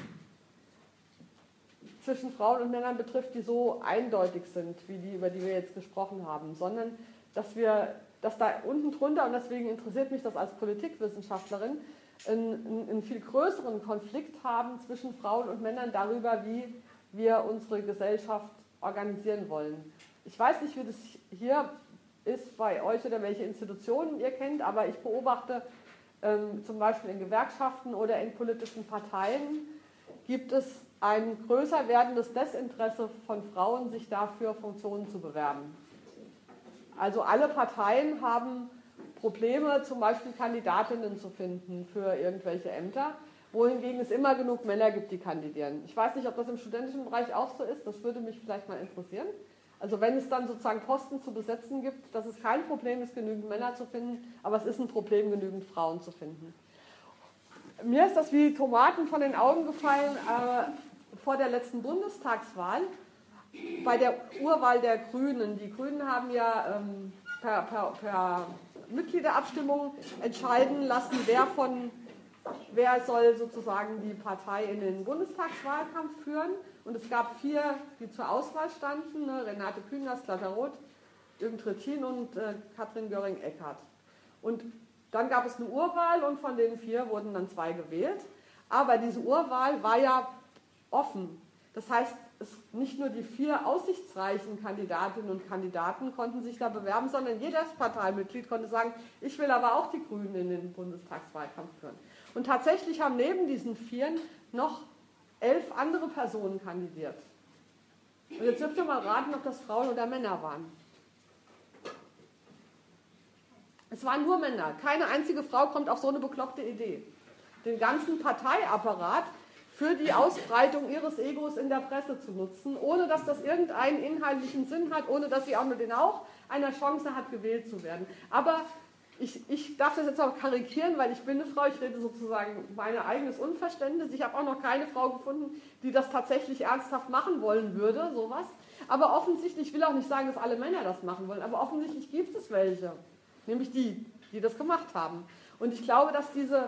zwischen Frauen und Männern betrifft, die so eindeutig sind, wie die, über die wir jetzt gesprochen haben, sondern dass da unten drunter, und deswegen interessiert mich das als Politikwissenschaftlerin, einen viel größeren Konflikt haben zwischen Frauen und Männern darüber, wie wir unsere Gesellschaft organisieren wollen. Ich weiß nicht, wie das hier ist bei euch oder welche Institutionen ihr kennt, aber ich beobachte zum Beispiel in Gewerkschaften oder in politischen Parteien gibt es ein größer werdendes Desinteresse von Frauen, sich dafür Funktionen zu bewerben. Also alle Parteien haben Probleme, zum Beispiel Kandidatinnen zu finden für irgendwelche Ämter, wohingegen es immer genug Männer gibt, die kandidieren. Ich weiß nicht, ob das im studentischen Bereich auch so ist, das würde mich vielleicht mal interessieren. Also wenn es dann sozusagen Posten zu besetzen gibt, dass es kein Problem ist, genügend Männer zu finden, aber es ist ein Problem, genügend Frauen zu finden. Mir ist das wie Tomaten von den Augen gefallen vor der letzten Bundestagswahl, bei der Urwahl der Grünen. Die Grünen haben ja per Mitgliederabstimmung entscheiden lassen, wer soll sozusagen die Partei in den Bundestagswahlkampf führen. Und es gab 4, die zur Auswahl standen, Renate Künast, Claudia Roth, Jürgen Trittin und Katrin Göring-Eckardt. Und dann gab es eine Urwahl und von den 4 wurden dann 2 gewählt. Aber diese Urwahl war ja offen. Das heißt, nicht nur die 4 aussichtsreichen Kandidatinnen und Kandidaten konnten sich da bewerben, sondern jedes Parteimitglied konnte sagen, ich will aber auch die Grünen in den Bundestagswahlkampf führen. Und tatsächlich haben neben diesen 4 noch 11 andere Personen kandidiert. Und jetzt dürft ihr mal raten, ob das Frauen oder Männer waren. Es waren nur Männer. Keine einzige Frau kommt auf so eine bekloppte Idee. Den ganzen Parteiapparat für die Ausbreitung ihres Egos in der Presse zu nutzen, ohne dass das irgendeinen inhaltlichen Sinn hat, ohne dass sie auch nur den Hauch einer Chance hat, gewählt zu werden. Aber ich darf das jetzt auch karikieren, weil ich bin eine Frau, ich rede sozusagen mein eigenes Unverständnis. Ich habe auch noch keine Frau gefunden, die das tatsächlich ernsthaft machen wollen würde, sowas. Aber offensichtlich, ich will auch nicht sagen, dass alle Männer das machen wollen, aber offensichtlich gibt es welche, nämlich die das gemacht haben. Und ich glaube, dass dieser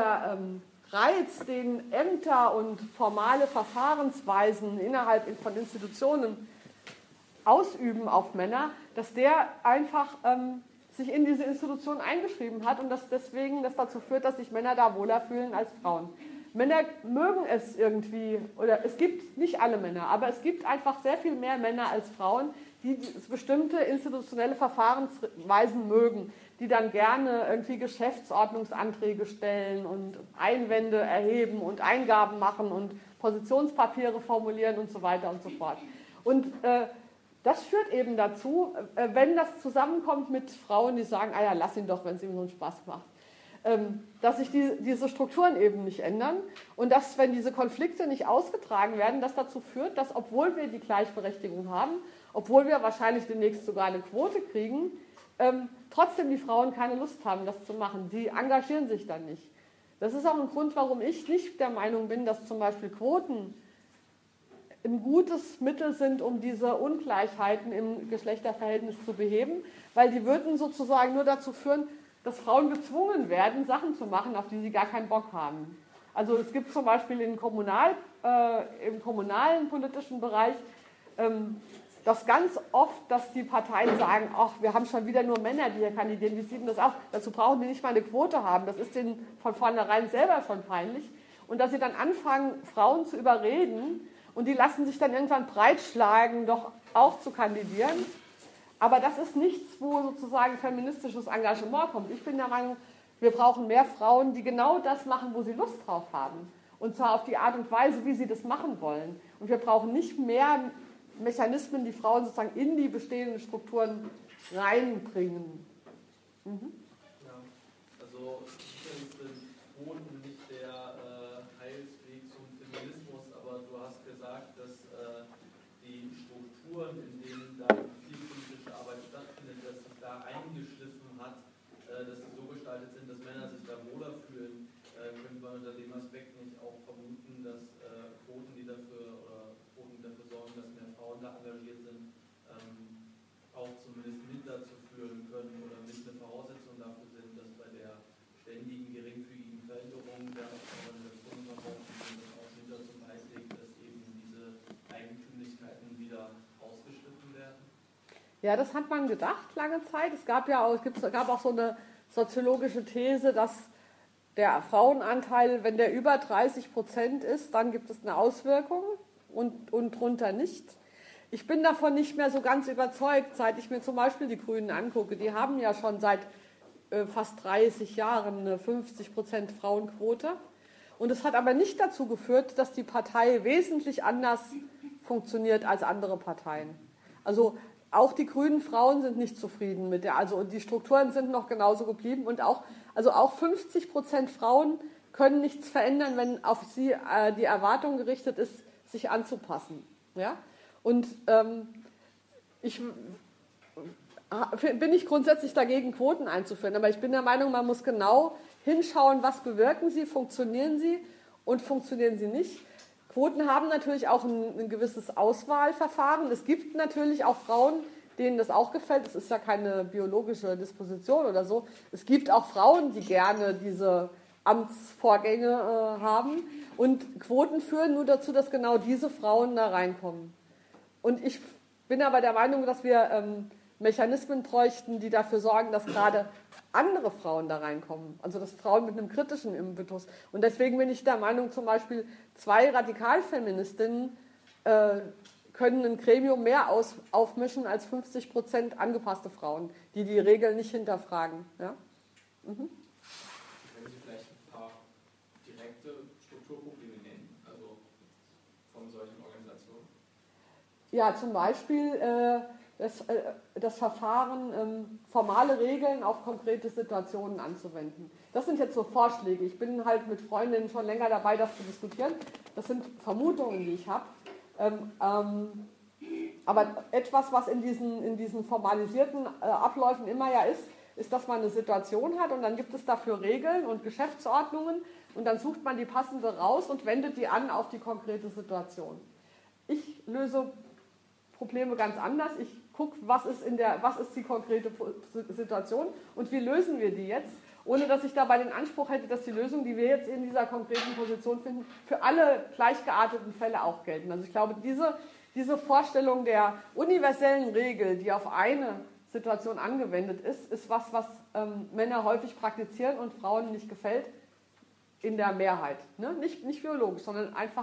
Reiz, den Ämter und formale Verfahrensweisen innerhalb von Institutionen ausüben auf Männer, dass der einfach sich in diese Institution eingeschrieben hat und dass deswegen das dazu führt, dass sich Männer da wohler fühlen als Frauen. Männer mögen es irgendwie, oder es gibt nicht alle Männer, aber es gibt einfach sehr viel mehr Männer als Frauen, die bestimmte institutionelle Verfahrensweisen mögen, die dann gerne irgendwie Geschäftsordnungsanträge stellen und Einwände erheben und Eingaben machen und Positionspapiere formulieren und so weiter und so fort. Und das führt eben dazu, wenn das zusammenkommt mit Frauen, die sagen, ah ja, lass ihn doch, wenn es ihm so einen Spaß macht, dass sich diese Strukturen eben nicht ändern und dass, wenn diese Konflikte nicht ausgetragen werden, das dazu führt, dass, obwohl wir die Gleichberechtigung haben, obwohl wir wahrscheinlich demnächst sogar eine Quote kriegen, trotzdem die Frauen keine Lust haben, das zu machen. Die engagieren sich dann nicht. Das ist auch ein Grund, warum ich nicht der Meinung bin, dass zum Beispiel Quoten ein gutes Mittel sind, um diese Ungleichheiten im Geschlechterverhältnis zu beheben, weil die würden sozusagen nur dazu führen, dass Frauen gezwungen werden, Sachen zu machen, auf die sie gar keinen Bock haben. Also es gibt zum Beispiel im kommunalen politischen Bereich das ganz oft, dass die Parteien sagen, ach, wir haben schon wieder nur Männer, die hier kandidieren, wie sieht denn das aus? Dazu brauchen die nicht mal eine Quote haben, das ist denen von vornherein selber schon peinlich. und dass sie dann anfangen, Frauen zu überreden und die lassen sich dann irgendwann breitschlagen, doch auch zu kandidieren. Aber das ist nichts, wo sozusagen feministisches Engagement kommt. Ich bin der Meinung, wir brauchen mehr Frauen, die genau das machen, wo sie Lust drauf haben. Und zwar auf die Art und Weise, wie sie das machen wollen. Und wir brauchen nicht mehr Mechanismen, die Frauen sozusagen in die bestehenden Strukturen reinbringen. Mhm. Ja, also sicherlich sind Quoten nicht der Heilsweg zum Feminismus, aber du hast gesagt, dass die Strukturen, in denen dann viel politische Arbeit stattfindet, dass sich da eingeschliffen hat, dass sie so gestaltet sind, dass Männer sich da wohler fühlen, könnte man unter dem Aspekt nicht auch vermuten, dass Quoten, die dafür sorgen, dass mehr Frauen da engagiert sind, auch zumindest mit dazu führen können oder mit eine Voraussetzung dafür sind, dass bei der ständigen geringfügigen Veränderung der Organisation auch mit dazu beiträgt, dass eben diese Eigentümlichkeiten wieder ausgeschliffen werden? Ja, das hat man gedacht lange Zeit. Es gab auch so eine soziologische These, dass der Frauenanteil, wenn der über 30% ist, dann gibt es eine Auswirkung und drunter nicht. Ich bin davon nicht mehr so ganz überzeugt, seit ich mir zum Beispiel die Grünen angucke. Die haben ja schon seit fast 30 Jahren eine 50% Frauenquote. Und es hat aber nicht dazu geführt, dass die Partei wesentlich anders funktioniert als andere Parteien. Also auch die grünen Frauen sind nicht zufrieden mit der, also die Strukturen sind noch genauso geblieben und auch 50% Frauen können nichts verändern, wenn auf sie die Erwartung gerichtet ist, sich anzupassen. Ja? Und bin ich grundsätzlich dagegen, Quoten einzuführen, aber ich bin der Meinung, man muss genau hinschauen, was bewirken sie, funktionieren sie und funktionieren sie nicht. Quoten haben natürlich auch ein gewisses Auswahlverfahren. Es gibt natürlich auch Frauen, denen das auch gefällt. Es ist ja keine biologische Disposition oder so. Es gibt auch Frauen, die gerne diese Amtsvorgänge haben. Und Quoten führen nur dazu, dass genau diese Frauen da reinkommen. Und ich bin aber der Meinung, dass wir Mechanismen bräuchten, die dafür sorgen, dass gerade andere Frauen da reinkommen. Also dass Frauen mit einem kritischen Impetus. Und deswegen bin ich der Meinung, zum Beispiel 2 Radikalfeministinnen können ein Gremium mehr aufmischen als 50% angepasste Frauen, die die Regeln nicht hinterfragen. Ja? Mhm. Können Sie vielleicht ein paar direkte Strukturprobleme nennen, also von solchen Organisationen? Ja, zum Beispiel das Verfahren, formale Regeln auf konkrete Situationen anzuwenden. Das sind jetzt so Vorschläge. Ich bin halt mit Freundinnen schon länger dabei, das zu diskutieren. Das sind Vermutungen, die ich habe. Aber etwas, was in diesen formalisierten Abläufen immer ja ist, dass man eine Situation hat und dann gibt es dafür Regeln und Geschäftsordnungen und dann sucht man die passende raus und wendet die an auf die konkrete Situation. Ich löse Probleme ganz anders. Ich gucke, was ist die konkrete Situation und wie lösen wir die jetzt, ohne dass ich dabei den Anspruch hätte, dass die Lösungen, die wir jetzt in dieser konkreten Position finden, für alle gleichgearteten Fälle auch gelten. Also ich glaube, diese Vorstellung der universellen Regel, die auf eine Situation angewendet ist was Männer häufig praktizieren und Frauen nicht gefällt, in der Mehrheit. Ne? Nicht biologisch, sondern einfach...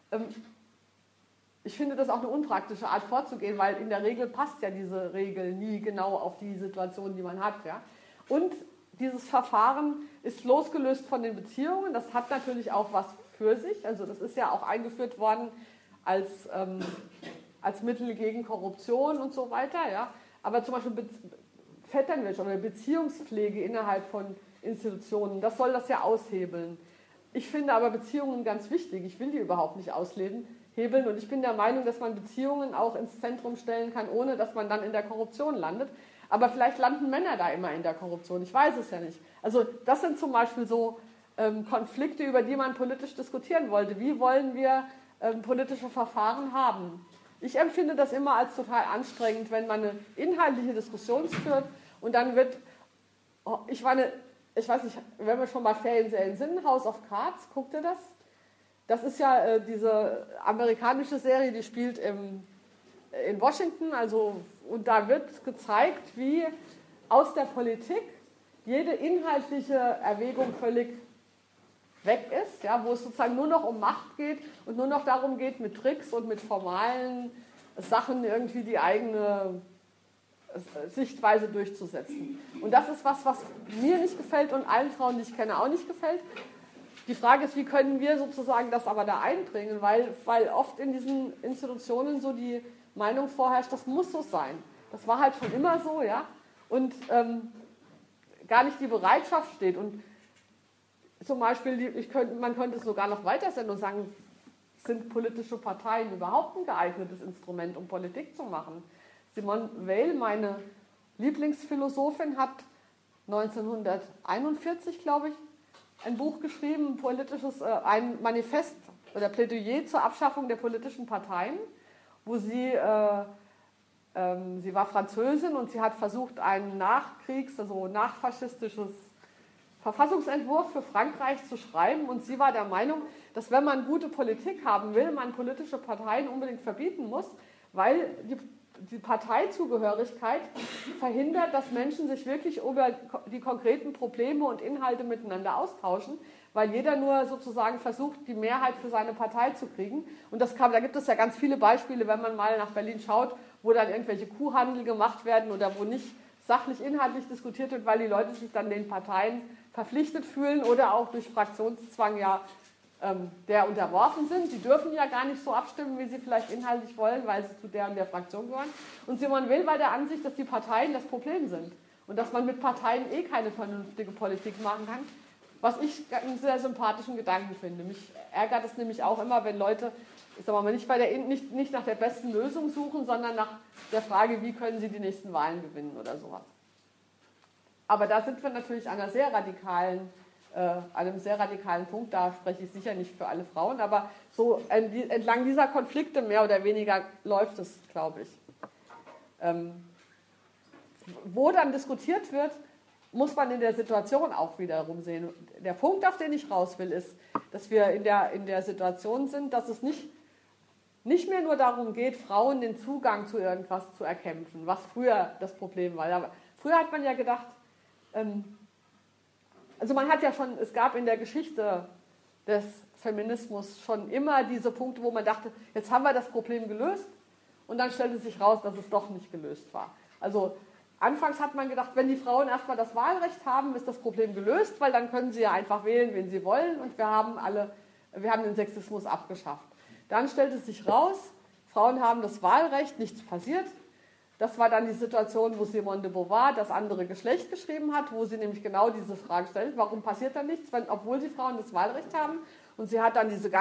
Ich finde das auch eine unpraktische Art vorzugehen, weil in der Regel passt ja diese Regel nie genau auf die Situation, die man hat. Ja? Und dieses Verfahren ist losgelöst von den Beziehungen. Das hat natürlich auch was für sich. Also das ist ja auch eingeführt worden als Mittel gegen Korruption und so weiter. Ja? Aber zum Beispiel Vetternwirtschaft oder Beziehungspflege innerhalb von Institutionen, das soll das ja aushebeln. Ich finde aber Beziehungen ganz wichtig. Ich will die überhaupt nicht aushebeln. Und ich bin der Meinung, dass man Beziehungen auch ins Zentrum stellen kann, ohne dass man dann in der Korruption landet. Aber vielleicht landen Männer da immer in der Korruption. Ich weiß es ja nicht. Also das sind zum Beispiel so Konflikte, über die man politisch diskutieren wollte. Wie wollen wir politische Verfahren haben? Ich empfinde das immer als total anstrengend, wenn man eine inhaltliche Diskussion führt und dann wird, ich weiß nicht, wenn wir schon mal Fernsehen sind, House of Cards, guckt ihr das? Das ist ja diese amerikanische Serie, die spielt in Washington, und da wird gezeigt, wie aus der Politik jede inhaltliche Erwägung völlig weg ist, ja, wo es sozusagen nur noch um Macht geht und nur noch darum geht, mit Tricks und mit formalen Sachen irgendwie die eigene Sichtweise durchzusetzen. Und das ist was mir nicht gefällt und allen Frauen, die ich kenne, auch nicht gefällt. Die Frage ist, wie können wir sozusagen das aber da einbringen, weil oft in diesen Institutionen so die Meinung vorherrscht, das muss so sein. Das war halt schon immer so, ja, und gar nicht die Bereitschaft steht. Und zum Beispiel, man könnte es sogar noch weiter senden und sagen, sind politische Parteien überhaupt ein geeignetes Instrument, um Politik zu machen? Simone Weil, meine Lieblingsphilosophin, hat 1941, glaube ich, ein Buch geschrieben, ein Manifest oder Plädoyer zur Abschaffung der politischen Parteien, wo sie war Französin und sie hat versucht, einen nachfaschistisches Verfassungsentwurf für Frankreich zu schreiben, und sie war der Meinung, dass wenn man gute Politik haben will, man politische Parteien unbedingt verbieten muss, weil die Parteizugehörigkeit verhindert, dass Menschen sich wirklich über die konkreten Probleme und Inhalte miteinander austauschen, weil jeder nur sozusagen versucht, die Mehrheit für seine Partei zu kriegen. Und da gibt es ja ganz viele Beispiele, wenn man mal nach Berlin schaut, wo dann irgendwelche Kuhhandel gemacht werden oder wo nicht sachlich, inhaltlich diskutiert wird, weil die Leute sich dann den Parteien verpflichtet fühlen oder auch durch Fraktionszwang der unterworfen sind. Sie dürfen ja gar nicht so abstimmen, wie sie vielleicht inhaltlich wollen, weil sie zu der und der Fraktion gehören. Und Simone Weil war der Ansicht, dass die Parteien das Problem sind und dass man mit Parteien keine vernünftige Politik machen kann, was ich einen sehr sympathischen Gedanken finde. Mich ärgert es nämlich auch immer, wenn Leute, ich sag mal, nicht nach der besten Lösung suchen, sondern nach der Frage, wie können sie die nächsten Wahlen gewinnen oder sowas. Aber da sind wir natürlich an einem sehr radikalen Punkt, da spreche ich sicher nicht für alle Frauen, aber so entlang dieser Konflikte mehr oder weniger läuft es, glaube ich. Wo dann diskutiert wird, muss man in der Situation auch wiederum sehen. Der Punkt, auf den ich raus will, ist, dass wir in der Situation sind, dass es nicht mehr nur darum geht, Frauen den Zugang zu irgendwas zu erkämpfen, was früher das Problem war. Aber früher hat man ja gedacht, also es gab in der Geschichte des Feminismus schon immer diese Punkte, wo man dachte, jetzt haben wir das Problem gelöst, und dann stellte sich raus, dass es doch nicht gelöst war. Also anfangs hat man gedacht, wenn die Frauen erstmal das Wahlrecht haben, ist das Problem gelöst, weil dann können sie ja einfach wählen, wen sie wollen, und wir haben den Sexismus abgeschafft. Dann stellte sich raus, Frauen haben das Wahlrecht, nichts passiert. Das war dann die Situation, wo Simone de Beauvoir das andere Geschlecht geschrieben hat, wo sie nämlich genau diese Frage stellt, warum passiert da nichts, obwohl die Frauen das Wahlrecht haben. Und sie hat dann diesen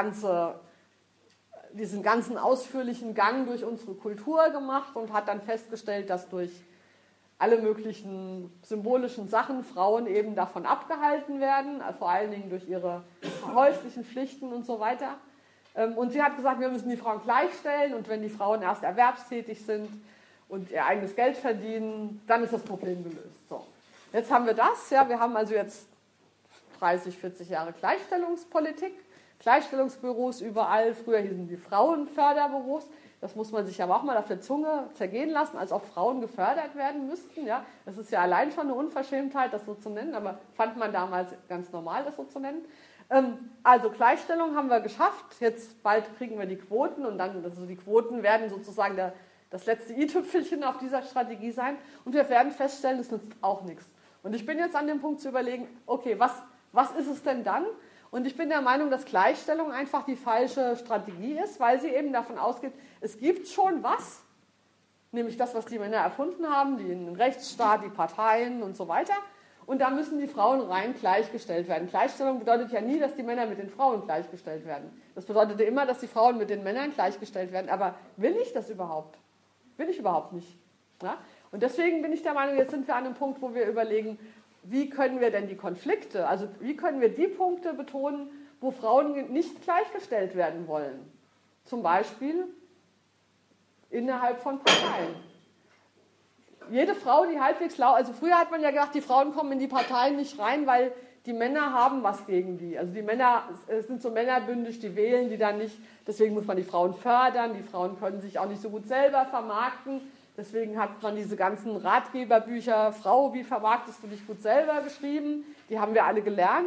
ganzen ausführlichen Gang durch unsere Kultur gemacht und hat dann festgestellt, dass durch alle möglichen symbolischen Sachen Frauen eben davon abgehalten werden, vor allen Dingen durch ihre häuslichen Pflichten und so weiter. Und sie hat gesagt, wir müssen die Frauen gleichstellen, und wenn die Frauen erst erwerbstätig sind und ihr eigenes Geld verdienen, dann ist das Problem gelöst. So. Jetzt haben wir das, ja, wir haben also jetzt 30, 40 Jahre Gleichstellungspolitik, Gleichstellungsbüros überall, früher hießen die Frauenförderbüros, das muss man sich aber auch mal auf der Zunge zergehen lassen, als ob Frauen gefördert werden müssten. Ja. Das ist ja allein schon eine Unverschämtheit, das so zu nennen, aber fand man damals ganz normal, das so zu nennen. Also Gleichstellung haben wir geschafft, jetzt bald kriegen wir die Quoten, und dann, also die Quoten werden sozusagen das letzte i-Tüpfelchen auf dieser Strategie sein, und wir werden feststellen, das nützt auch nichts. Und ich bin jetzt an dem Punkt zu überlegen, okay, was ist es denn dann? Und ich bin der Meinung, dass Gleichstellung einfach die falsche Strategie ist, weil sie eben davon ausgeht, es gibt schon was, nämlich das, was die Männer erfunden haben, den Rechtsstaat, die Parteien und so weiter. Und da müssen die Frauen rein gleichgestellt werden. Gleichstellung bedeutet ja nie, dass die Männer mit den Frauen gleichgestellt werden. Das bedeutete immer, dass die Frauen mit den Männern gleichgestellt werden. Aber will ich das überhaupt? Will ich überhaupt nicht. Ja? Und deswegen bin ich der Meinung, jetzt sind wir an einem Punkt, wo wir überlegen, wie können wir denn die Konflikte, also wie können wir die Punkte betonen, wo Frauen nicht gleichgestellt werden wollen. Zum Beispiel innerhalb von Parteien. Jede Frau, die halbwegs also früher hat man ja gedacht, die Frauen kommen in die Parteien nicht rein, weil die Männer haben was gegen die. Also die Männer, es sind so männerbündig, die wählen die dann nicht. Deswegen muss man die Frauen fördern. Die Frauen können sich auch nicht so gut selber vermarkten. Deswegen hat man diese ganzen Ratgeberbücher, Frau, wie vermarktest du dich gut selber, geschrieben. Die haben wir alle gelernt.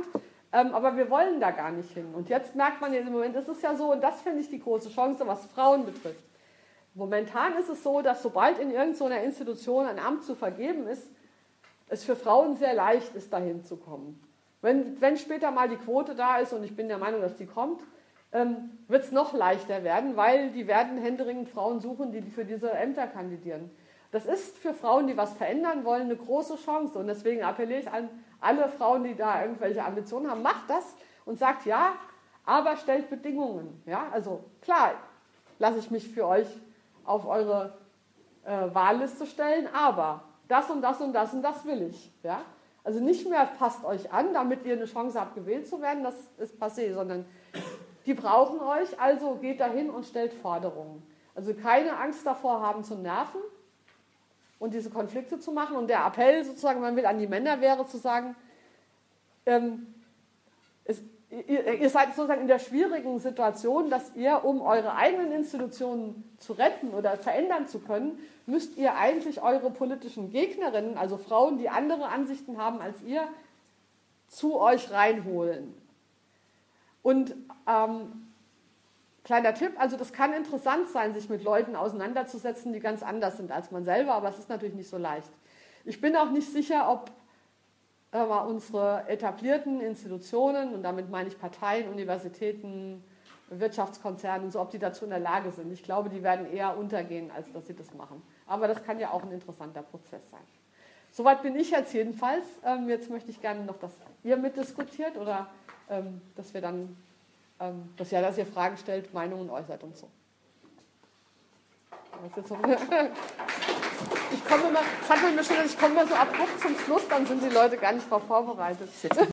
Aber wir wollen da gar nicht hin. Und jetzt merkt man im Moment, es ist ja so, und das finde ich die große Chance, was Frauen betrifft. Momentan ist es so, dass sobald in irgendeiner Institution ein Amt zu vergeben ist, es für Frauen sehr leicht ist, dahin zu kommen. Wenn später mal die Quote da ist, und ich bin der Meinung, dass die kommt, wird es noch leichter werden, weil die werden händeringend Frauen suchen, die für diese Ämter kandidieren. Das ist für Frauen, die was verändern wollen, eine große Chance. Und deswegen appelliere ich an alle Frauen, die da irgendwelche Ambitionen haben, macht das und sagt ja, aber stellt Bedingungen. Ja? Also klar, lasse ich mich für euch auf eure Wahlliste stellen, aber das und das und das und das will ich. Ja? Also nicht mehr passt euch an, damit ihr eine Chance habt, gewählt zu werden, das ist passé, sondern die brauchen euch, also geht dahin und stellt Forderungen. Also keine Angst davor haben zu nerven und diese Konflikte zu machen. Und der Appell sozusagen, man will an die Männer wäre zu sagen, ihr seid sozusagen in der schwierigen Situation, dass ihr, um eure eigenen Institutionen zu retten oder verändern zu können, müsst ihr eigentlich eure politischen Gegnerinnen, also Frauen, die andere Ansichten haben als ihr, zu euch reinholen. Und kleiner Tipp, also das kann interessant sein, sich mit Leuten auseinanderzusetzen, die ganz anders sind als man selber, aber es ist natürlich nicht so leicht. Ich bin auch nicht sicher, ob unsere etablierten Institutionen, und damit meine ich Parteien, Universitäten, Wirtschaftskonzerne und so, ob die dazu in der Lage sind. Ich glaube, die werden eher untergehen, als dass sie das machen. Aber das kann ja auch ein interessanter Prozess sein. Soweit bin ich jetzt jedenfalls. Jetzt möchte ich gerne noch, dass ihr mitdiskutiert oder dass wir dann, dass ihr Fragen stellt, Meinungen äußert und so. Ich komme immer so abrupt zum Schluss, dann sind die Leute gar nicht darauf vorbereitet.